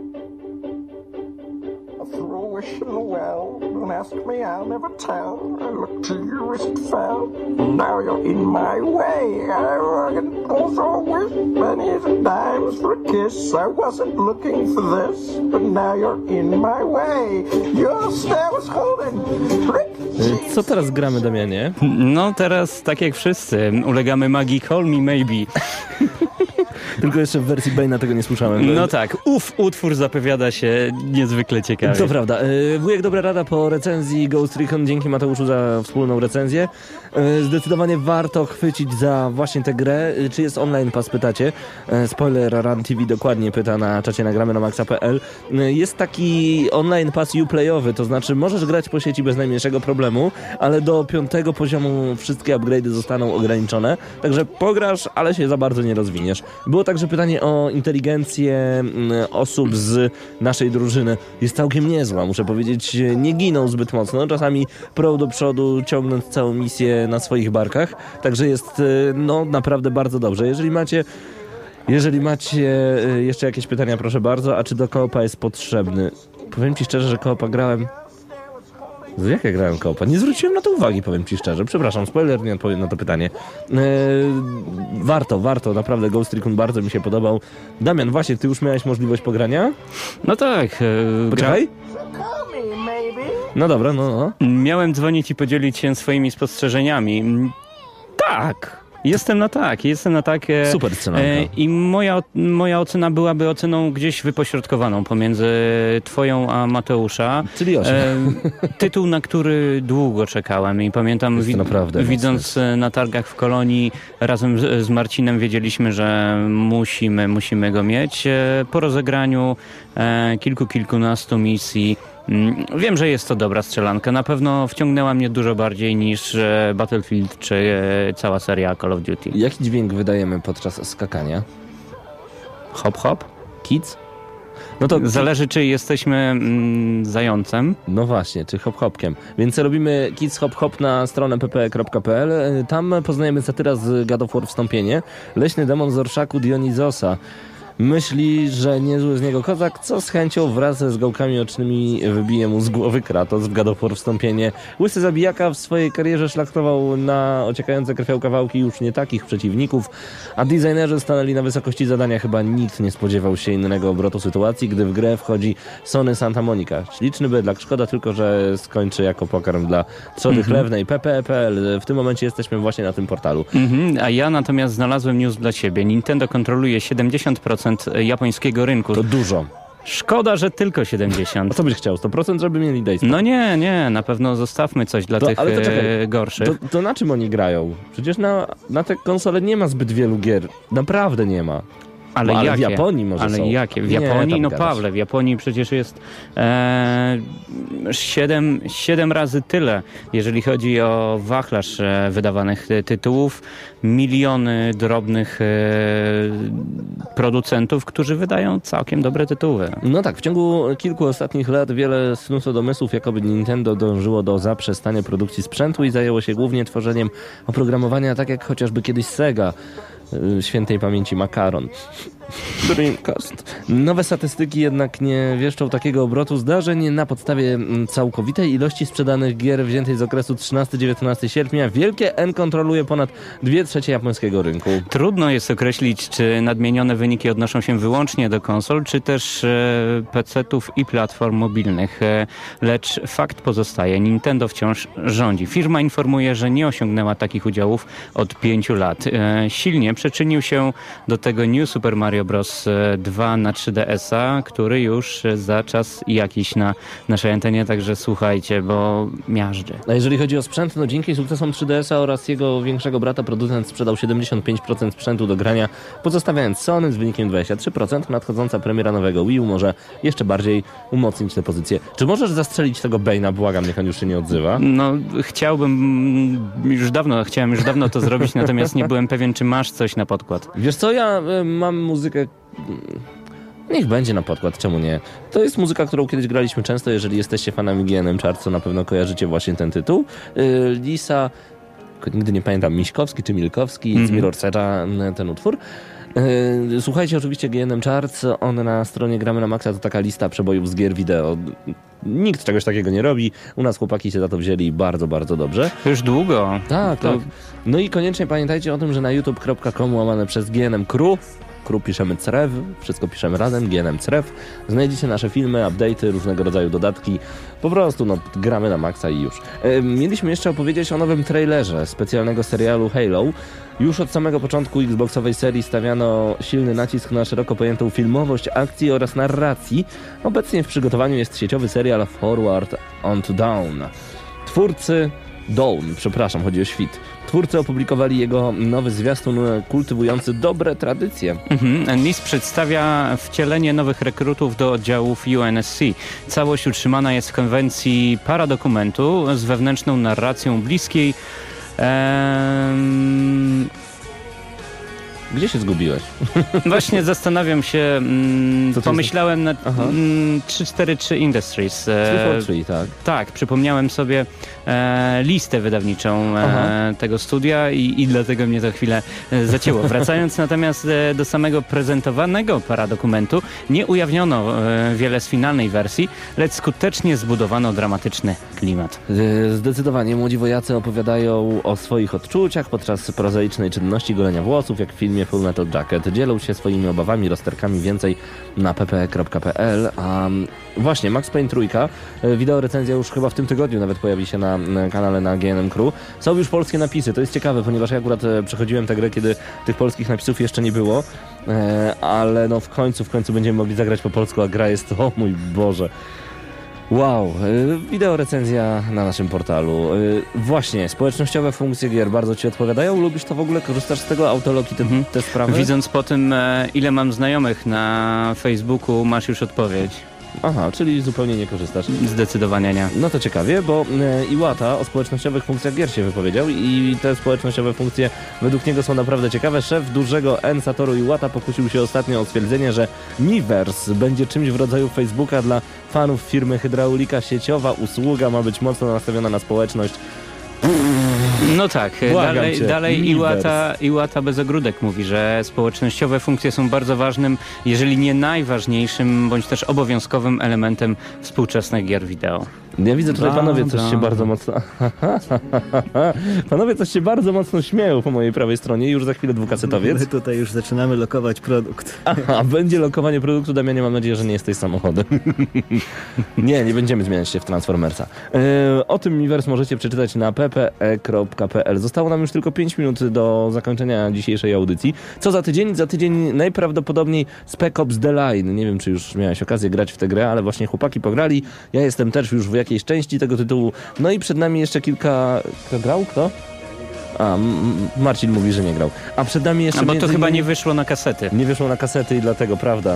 Throw a wish in the well. Don't ask me, I'll never tell. I looked to you as it fell. Now you're in my way. I can also wish pennies and dimes for a kiss. I wasn't looking for this, but now you're in my way. Your stare was holding. Rick, Co teraz gramy, Damianie? No teraz, tak jak wszyscy, ulegamy magii Call Me Maybe. Tylko jeszcze w wersji Bane'a tego nie słyszałem. No tak, ów utwór zapowiada się niezwykle ciekawie. To prawda. E, Wujek Dobra Rada po recenzji Ghost Recon. Dzięki Mateuszu za wspólną recenzję. E, Zdecydowanie warto chwycić za właśnie tę grę. E, Czy jest online pass, pytacie? E, Spoiler Run T V dokładnie pyta na czacie nagramy na maxa kropka p l. E, Jest taki online pass uplayowy, to znaczy możesz grać po sieci bez najmniejszego problemu, ale do piątego poziomu wszystkie upgrade'y zostaną ograniczone. Także pograsz, ale się za bardzo nie rozwiniesz. Było także pytanie o inteligencję mm, osób z naszej drużyny. Jest całkiem niezła, muszę powiedzieć. Nie giną zbyt mocno. Czasami prą do przodu, ciągnąc całą misję na swoich barkach. Także jest y, no naprawdę bardzo dobrze. Jeżeli macie Jeżeli macie y, jeszcze jakieś pytania, proszę bardzo. A czy do koopa jest potrzebny? Powiem ci szczerze, że koopa grałem... Z jak ja grałem koopa? Nie zwróciłem na to uwagi, powiem ci szczerze. Przepraszam, spoiler, nie odpowiem na to pytanie. Eee, warto, warto, naprawdę Ghost Recon bardzo mi się podobał. Damian, właśnie, ty już miałeś możliwość pogrania? No tak. E, Poczekaj. No dobra, no, no. Miałem dzwonić i podzielić się swoimi spostrzeżeniami. Tak. Jestem na tak, jestem na tak. E, Super scenarka. e, I moja, moja ocena byłaby oceną gdzieś wypośrodkowaną pomiędzy twoją a Mateusza. Czyli osiem. E, tytuł, na który długo czekałem i pamiętam, Jest wi- naprawdę widząc mocny. na targach w Kolonii razem z, z Marcinem wiedzieliśmy, że musimy, musimy go mieć. E, po rozegraniu e, kilku, kilkunastu misji Mm, Wiem, że jest to dobra strzelanka. Na pewno wciągnęła mnie dużo bardziej niż e, Battlefield czy e, cała seria Call of Duty. Jaki dźwięk wydajemy podczas skakania? Hop, hop. Kids? No to Zależy, czy jesteśmy mm, zającem. No właśnie, czy hop-hopkiem. Więc robimy Kids Hop Hop na stronę p p kropka p l. Tam poznajemy satyra z God of War Wstąpienie. Leśny demon z orszaku Dionizosa. Myśli, że niezły z niego kozak, co z chęcią wraz ze zgałkami ocznymi wybije mu z głowy Kratos w God of War Wstąpienie. Łysy zabijaka w swojej karierze szlachtował na ociekające krwią kawałki już nie takich przeciwników, a designerzy stanęli na wysokości zadania. Chyba nikt nie spodziewał się innego obrotu sytuacji, gdy w grę wchodzi Sony Santa Monica. Śliczny bydlak, szkoda tylko, że skończy jako pokarm dla trzody Mhm. chlewnej. p p kropka p l. W tym momencie jesteśmy właśnie na tym portalu. Mhm, a ja natomiast znalazłem news dla siebie. Nintendo kontroluje siedemdziesiąt procent japońskiego rynku. To dużo. Szkoda, że tylko A siedemdziesiąt. co byś chciał? sto procent, żeby mieli Days? No nie, nie, na pewno zostawmy coś dla To- tych ale to czekaj, e, gorszych. To, to na czym oni grają? Przecież na, na te konsole nie ma zbyt wielu gier. Naprawdę nie ma. Ale, No, ale w jakie? Japonii może Ale są. jakie? W Nie, Japonii? tam No gadasz. Pawle, w Japonii przecież jest e, siedem, siedem razy tyle, jeżeli chodzi o wachlarz e, wydawanych e, tytułów. Miliony drobnych e, producentów, którzy wydają całkiem dobre tytuły. No tak, w ciągu kilku ostatnich lat wiele snuto domysłów, jakoby Nintendo dążyło do zaprzestania produkcji sprzętu i zajęło się głównie tworzeniem oprogramowania, tak jak chociażby kiedyś Sega. y, Świętej pamięci Makaron. Dreamcast. Nowe statystyki jednak nie wieszczą takiego obrotu zdarzeń. Na podstawie mm, całkowitej ilości sprzedanych gier wziętej z okresu trzynastego do dziewiętnastego sierpnia Wielkie N kontroluje ponad dwie trzecie japońskiego rynku. Trudno jest określić, czy nadmienione wyniki odnoszą się wyłącznie do konsol, czy też e, pecetów i platform mobilnych. E, lecz fakt pozostaje, Nintendo wciąż rządzi. Firma informuje, że nie osiągnęła takich udziałów od pięciu lat. E, silnie przyczynił się do tego New Super Mario Bros. dwa na trzy D S a, który już za czas jakiś na naszej antenie, także słuchajcie, bo miażdży. A jeżeli chodzi o sprzęt, no dzięki sukcesom trzy D S a oraz jego większego brata producent sprzedał siedemdziesiąt pięć procent sprzętu do grania, pozostawiając Sony z wynikiem dwadzieścia trzy procent. Nadchodząca premiera nowego Wii U może jeszcze bardziej umocnić tę pozycję. Czy możesz zastrzelić tego Bane'a? Błagam, niech on już się nie odzywa. No, chciałbym już dawno, chciałem już dawno to zrobić, natomiast nie byłem pewien, czy masz coś na podkład. Wiesz co, ja y, mam muzykę... mm, Niech będzie na podkład, czemu nie? To jest muzyka, którą kiedyś graliśmy często, jeżeli jesteście fanami G N M Chart, to na pewno kojarzycie właśnie ten tytuł. Y, Lisa... Nigdy nie pamiętam, Miśkowski czy Milkowski, mm-hmm. z Mirror Sera ten utwór. Yy, Słuchajcie oczywiście G N M Charts, on na stronie Gramy na Maxa to taka lista przebojów z gier wideo. Nikt czegoś takiego nie robi, u nas chłopaki się za to wzięli bardzo, bardzo dobrze. Już długo. Tak, To- tak. No i koniecznie pamiętajcie o tym, że na youtube kropka com łamane przez G N M Crew Crew piszemy Crew, wszystko piszemy razem, G N M Crew. Znajdziecie nasze filmy, update'y, różnego rodzaju dodatki. Po prostu, no, gramy na maksa i już. E, mieliśmy jeszcze opowiedzieć o nowym trailerze specjalnego serialu Halo. Już od samego początku Xboxowej serii stawiano silny nacisk na szeroko pojętą filmowość akcji oraz narracji. Obecnie w przygotowaniu jest sieciowy serial Forward Unto Dawn. Twórcy Dawn, przepraszam, chodzi o świt. Twórcy opublikowali jego nowy zwiastun kultywujący dobre tradycje. Mhm. N I S przedstawia wcielenie nowych rekrutów do oddziałów U N S C. Całość utrzymana jest w konwencji paradokumentu z wewnętrzną narracją bliskiej em... Gdzie się zgubiłeś? Właśnie zastanawiam się, mm, to pomyślałem nad mm, trzysta czterdzieści trzy Industries. E, trzy, tak. Tak, przypomniałem sobie e, listę wydawniczą e, tego studia i, i dlatego mnie to chwilę e, zacięło. Wracając natomiast e, do samego prezentowanego paradokumentu, nie ujawniono e, wiele z finalnej wersji, lecz skutecznie zbudowano dramatyczny klimat. E, zdecydowanie młodzi wojacy opowiadają o swoich odczuciach podczas prozaicznej czynności golenia włosów, jak w filmie Full Metal Jacket. Dzielą się swoimi obawami, rozterkami, więcej na p p e kropka p l. A właśnie, Max Payne trójka, wideo recenzja już chyba w tym tygodniu nawet pojawi się na kanale na G N M Crew. Są już polskie napisy, to jest ciekawe, ponieważ ja akurat przechodziłem tę grę, kiedy tych polskich napisów jeszcze nie było, ale no w końcu, w końcu będziemy mogli zagrać po polsku, a gra jest, o mój Boże. Wow, wideo recenzja na naszym portalu. Właśnie, społecznościowe funkcje gier bardzo Ci odpowiadają? Lubisz to w ogóle? Korzystasz z tego? Autolog i te, Mhm. te sprawy? Widząc po tym, ile mam znajomych na Facebooku, masz już odpowiedź. Aha, czyli zupełnie nie korzystasz. Zdecydowanie nie. No to ciekawie, bo e, Iwata o społecznościowych funkcjach gier się wypowiedział i te społecznościowe funkcje według niego są naprawdę ciekawe. Szef dużego N Satoru Iwata pokusił się ostatnio o stwierdzenie, że Miiverse będzie czymś w rodzaju Facebooka dla fanów firmy Hydraulika Sieciowa. Usługa ma być mocno nastawiona na społeczność. No tak, Błagam dalej, cię, dalej Miiverse. Iwata, Iwata bez ogródek mówi, że społecznościowe funkcje są bardzo ważnym, jeżeli nie najważniejszym, bądź też obowiązkowym elementem współczesnych gier wideo. Ja widzę tutaj Bla, panowie coś bla. się bardzo mocno... Panowie coś się bardzo mocno śmieją po mojej prawej stronie. Już za chwilę dwukasetowiec. My tutaj już zaczynamy lokować produkt. Aha, będzie lokowanie produktu. Damianie, mam nadzieję, że nie jesteś samochodem. Nie, nie będziemy zmieniać się w Transformersa. E, o tym Miiverse możecie przeczytać na p p e kropka p l. Zostało nam już tylko pięć minut do zakończenia dzisiejszej audycji. Co za tydzień? Za tydzień najprawdopodobniej Spec Ops The Line. Nie wiem, czy już miałeś okazję grać w tę grę, ale właśnie chłopaki pograli. Ja jestem też już w jakiejś części tego tytułu. No i przed nami jeszcze kilka... Kto grał? Kto? A, M- Marcin mówi, że nie grał. A przed nami jeszcze... No bo to między chyba innymi- nie wyszło na kasety. Nie wyszło na kasety i dlatego, prawda?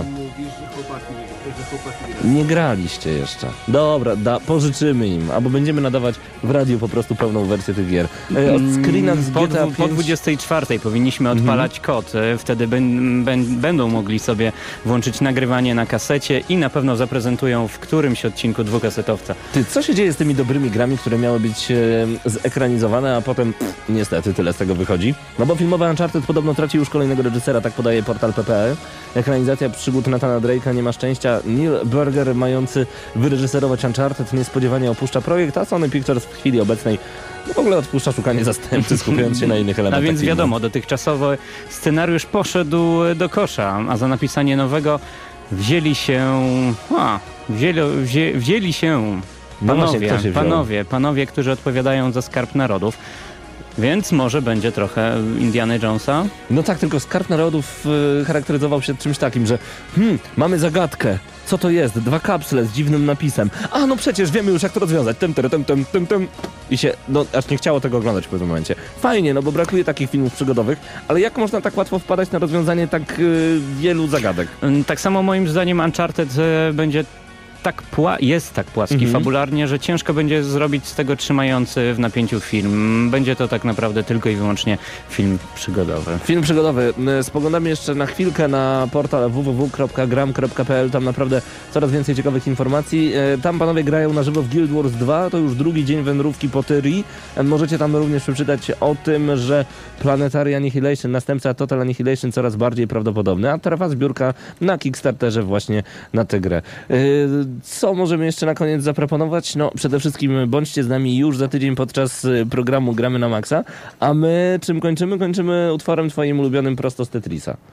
Nie graliście jeszcze. Dobra, da, pożyczymy im, albo będziemy nadawać w radiu po prostu pełną wersję tych gier. E, od screenach z Po, G T A dwu- po pięć... dwudziestej czwartej powinniśmy odpalać kod. E, Wtedy ben, ben, będą mogli sobie włączyć nagrywanie na kasecie i na pewno zaprezentują w którymś odcinku dwukasetowca. Ty, co się dzieje z tymi dobrymi grami, które miały być e, zekranizowane, a potem pff, niestety tyle z tego wychodzi? No bo filmowy Uncharted podobno traci już kolejnego reżysera, tak podaje portal P P E. Ekranizacja przygód Nathana Drake'a nie ma szczęścia. Neil Burger, mający wyreżyserować Uncharted, niespodziewanie opuszcza projekt, a Sony Pictures w chwili obecnej no w ogóle odpuszcza szukanie zastępcy, skupiając się na innych elementach. A więc filmu. wiadomo, dotychczasowy scenariusz poszedł do kosza, a za napisanie nowego wzięli się... A, wzięli, wzię, wzięli się No właśnie, panowie, kto się wziął? panowie, panowie, którzy odpowiadają za Skarb Narodów. Więc może będzie trochę Indiana Jonesa. No tak, tylko Skarb Narodów y, charakteryzował się czymś takim, że hmm, mamy zagadkę. Co to jest? Dwa kapsle z dziwnym napisem. A no przecież wiemy już jak to rozwiązać. Tym, tym, tym, tym, tym, tym. I się, no aż nie chciało tego oglądać w pewnym momencie. Fajnie, no bo brakuje takich filmów przygodowych, ale jak można tak łatwo wpadać na rozwiązanie tak y, wielu zagadek? Tak samo moim zdaniem Uncharted e, będzie tak pła- jest tak płaski Mhm. fabularnie, że ciężko będzie zrobić z tego trzymający w napięciu film. Będzie to tak naprawdę tylko i wyłącznie film przygodowy. Film przygodowy. Y, Spoglądamy jeszcze na chwilkę na portal w w w kropka gram kropka p l. Tam naprawdę coraz więcej ciekawych informacji. Y, Tam panowie grają na żywo w Guild Wars dwa. To już drugi dzień wędrówki po Tyrii. Y, Możecie tam również przeczytać o tym, że Planetary Annihilation, następca Total Annihilation coraz bardziej prawdopodobny, a trwa zbiórka na Kickstarterze właśnie na tę grę. Y, Co możemy jeszcze na koniec zaproponować? No przede wszystkim bądźcie z nami już za tydzień podczas y, programu Gramy na Maxa, a my czym kończymy? Kończymy utworem twoim ulubionym prosto z Tetrisa.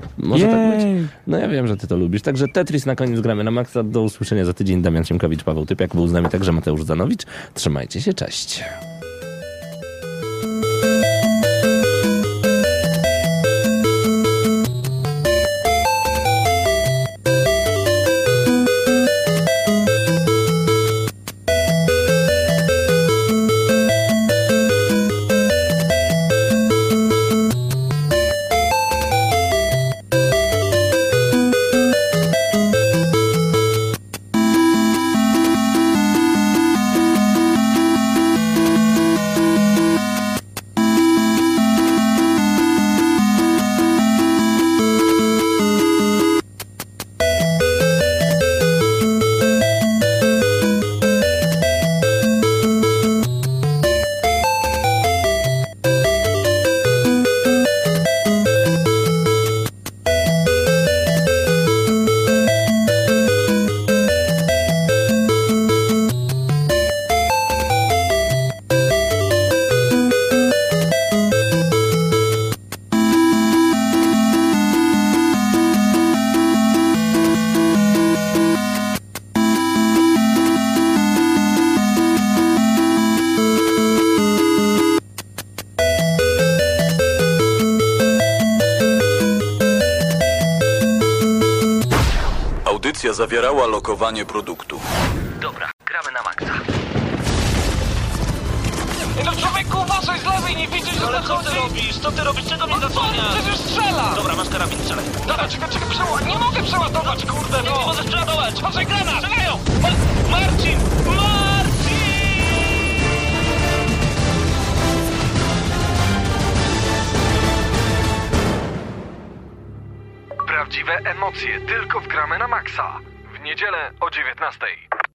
Może tak być? Jej. No ja wiem, że ty to lubisz. Także Tetris na koniec gramy na maksa. Do usłyszenia za tydzień. Damian Siemkowicz, Paweł Typiak. Był z nami także Mateusz Zanowicz. Trzymajcie się, cześć. Audycja zawierała lokowanie produktu. Dobra, gramy na maksa. Ej, no człowieku, uważaj z lewej, nie widzisz, że Ale co ty zachodzi? robisz? Co ty robisz? Czego mnie No co, zasłaniasz? przecież strzela! Dobra, masz karabin, strzelaj. Dobra, czekaj, czekaj, przeła... nie mogę przeładować, kurde, Nie, nie no! możesz przeładować. Może granat! Strzelają! Ma- Marcin! Marcin! Prawdziwe emocje tylko w gramy na maksa. W niedzielę o dziewiętnastej.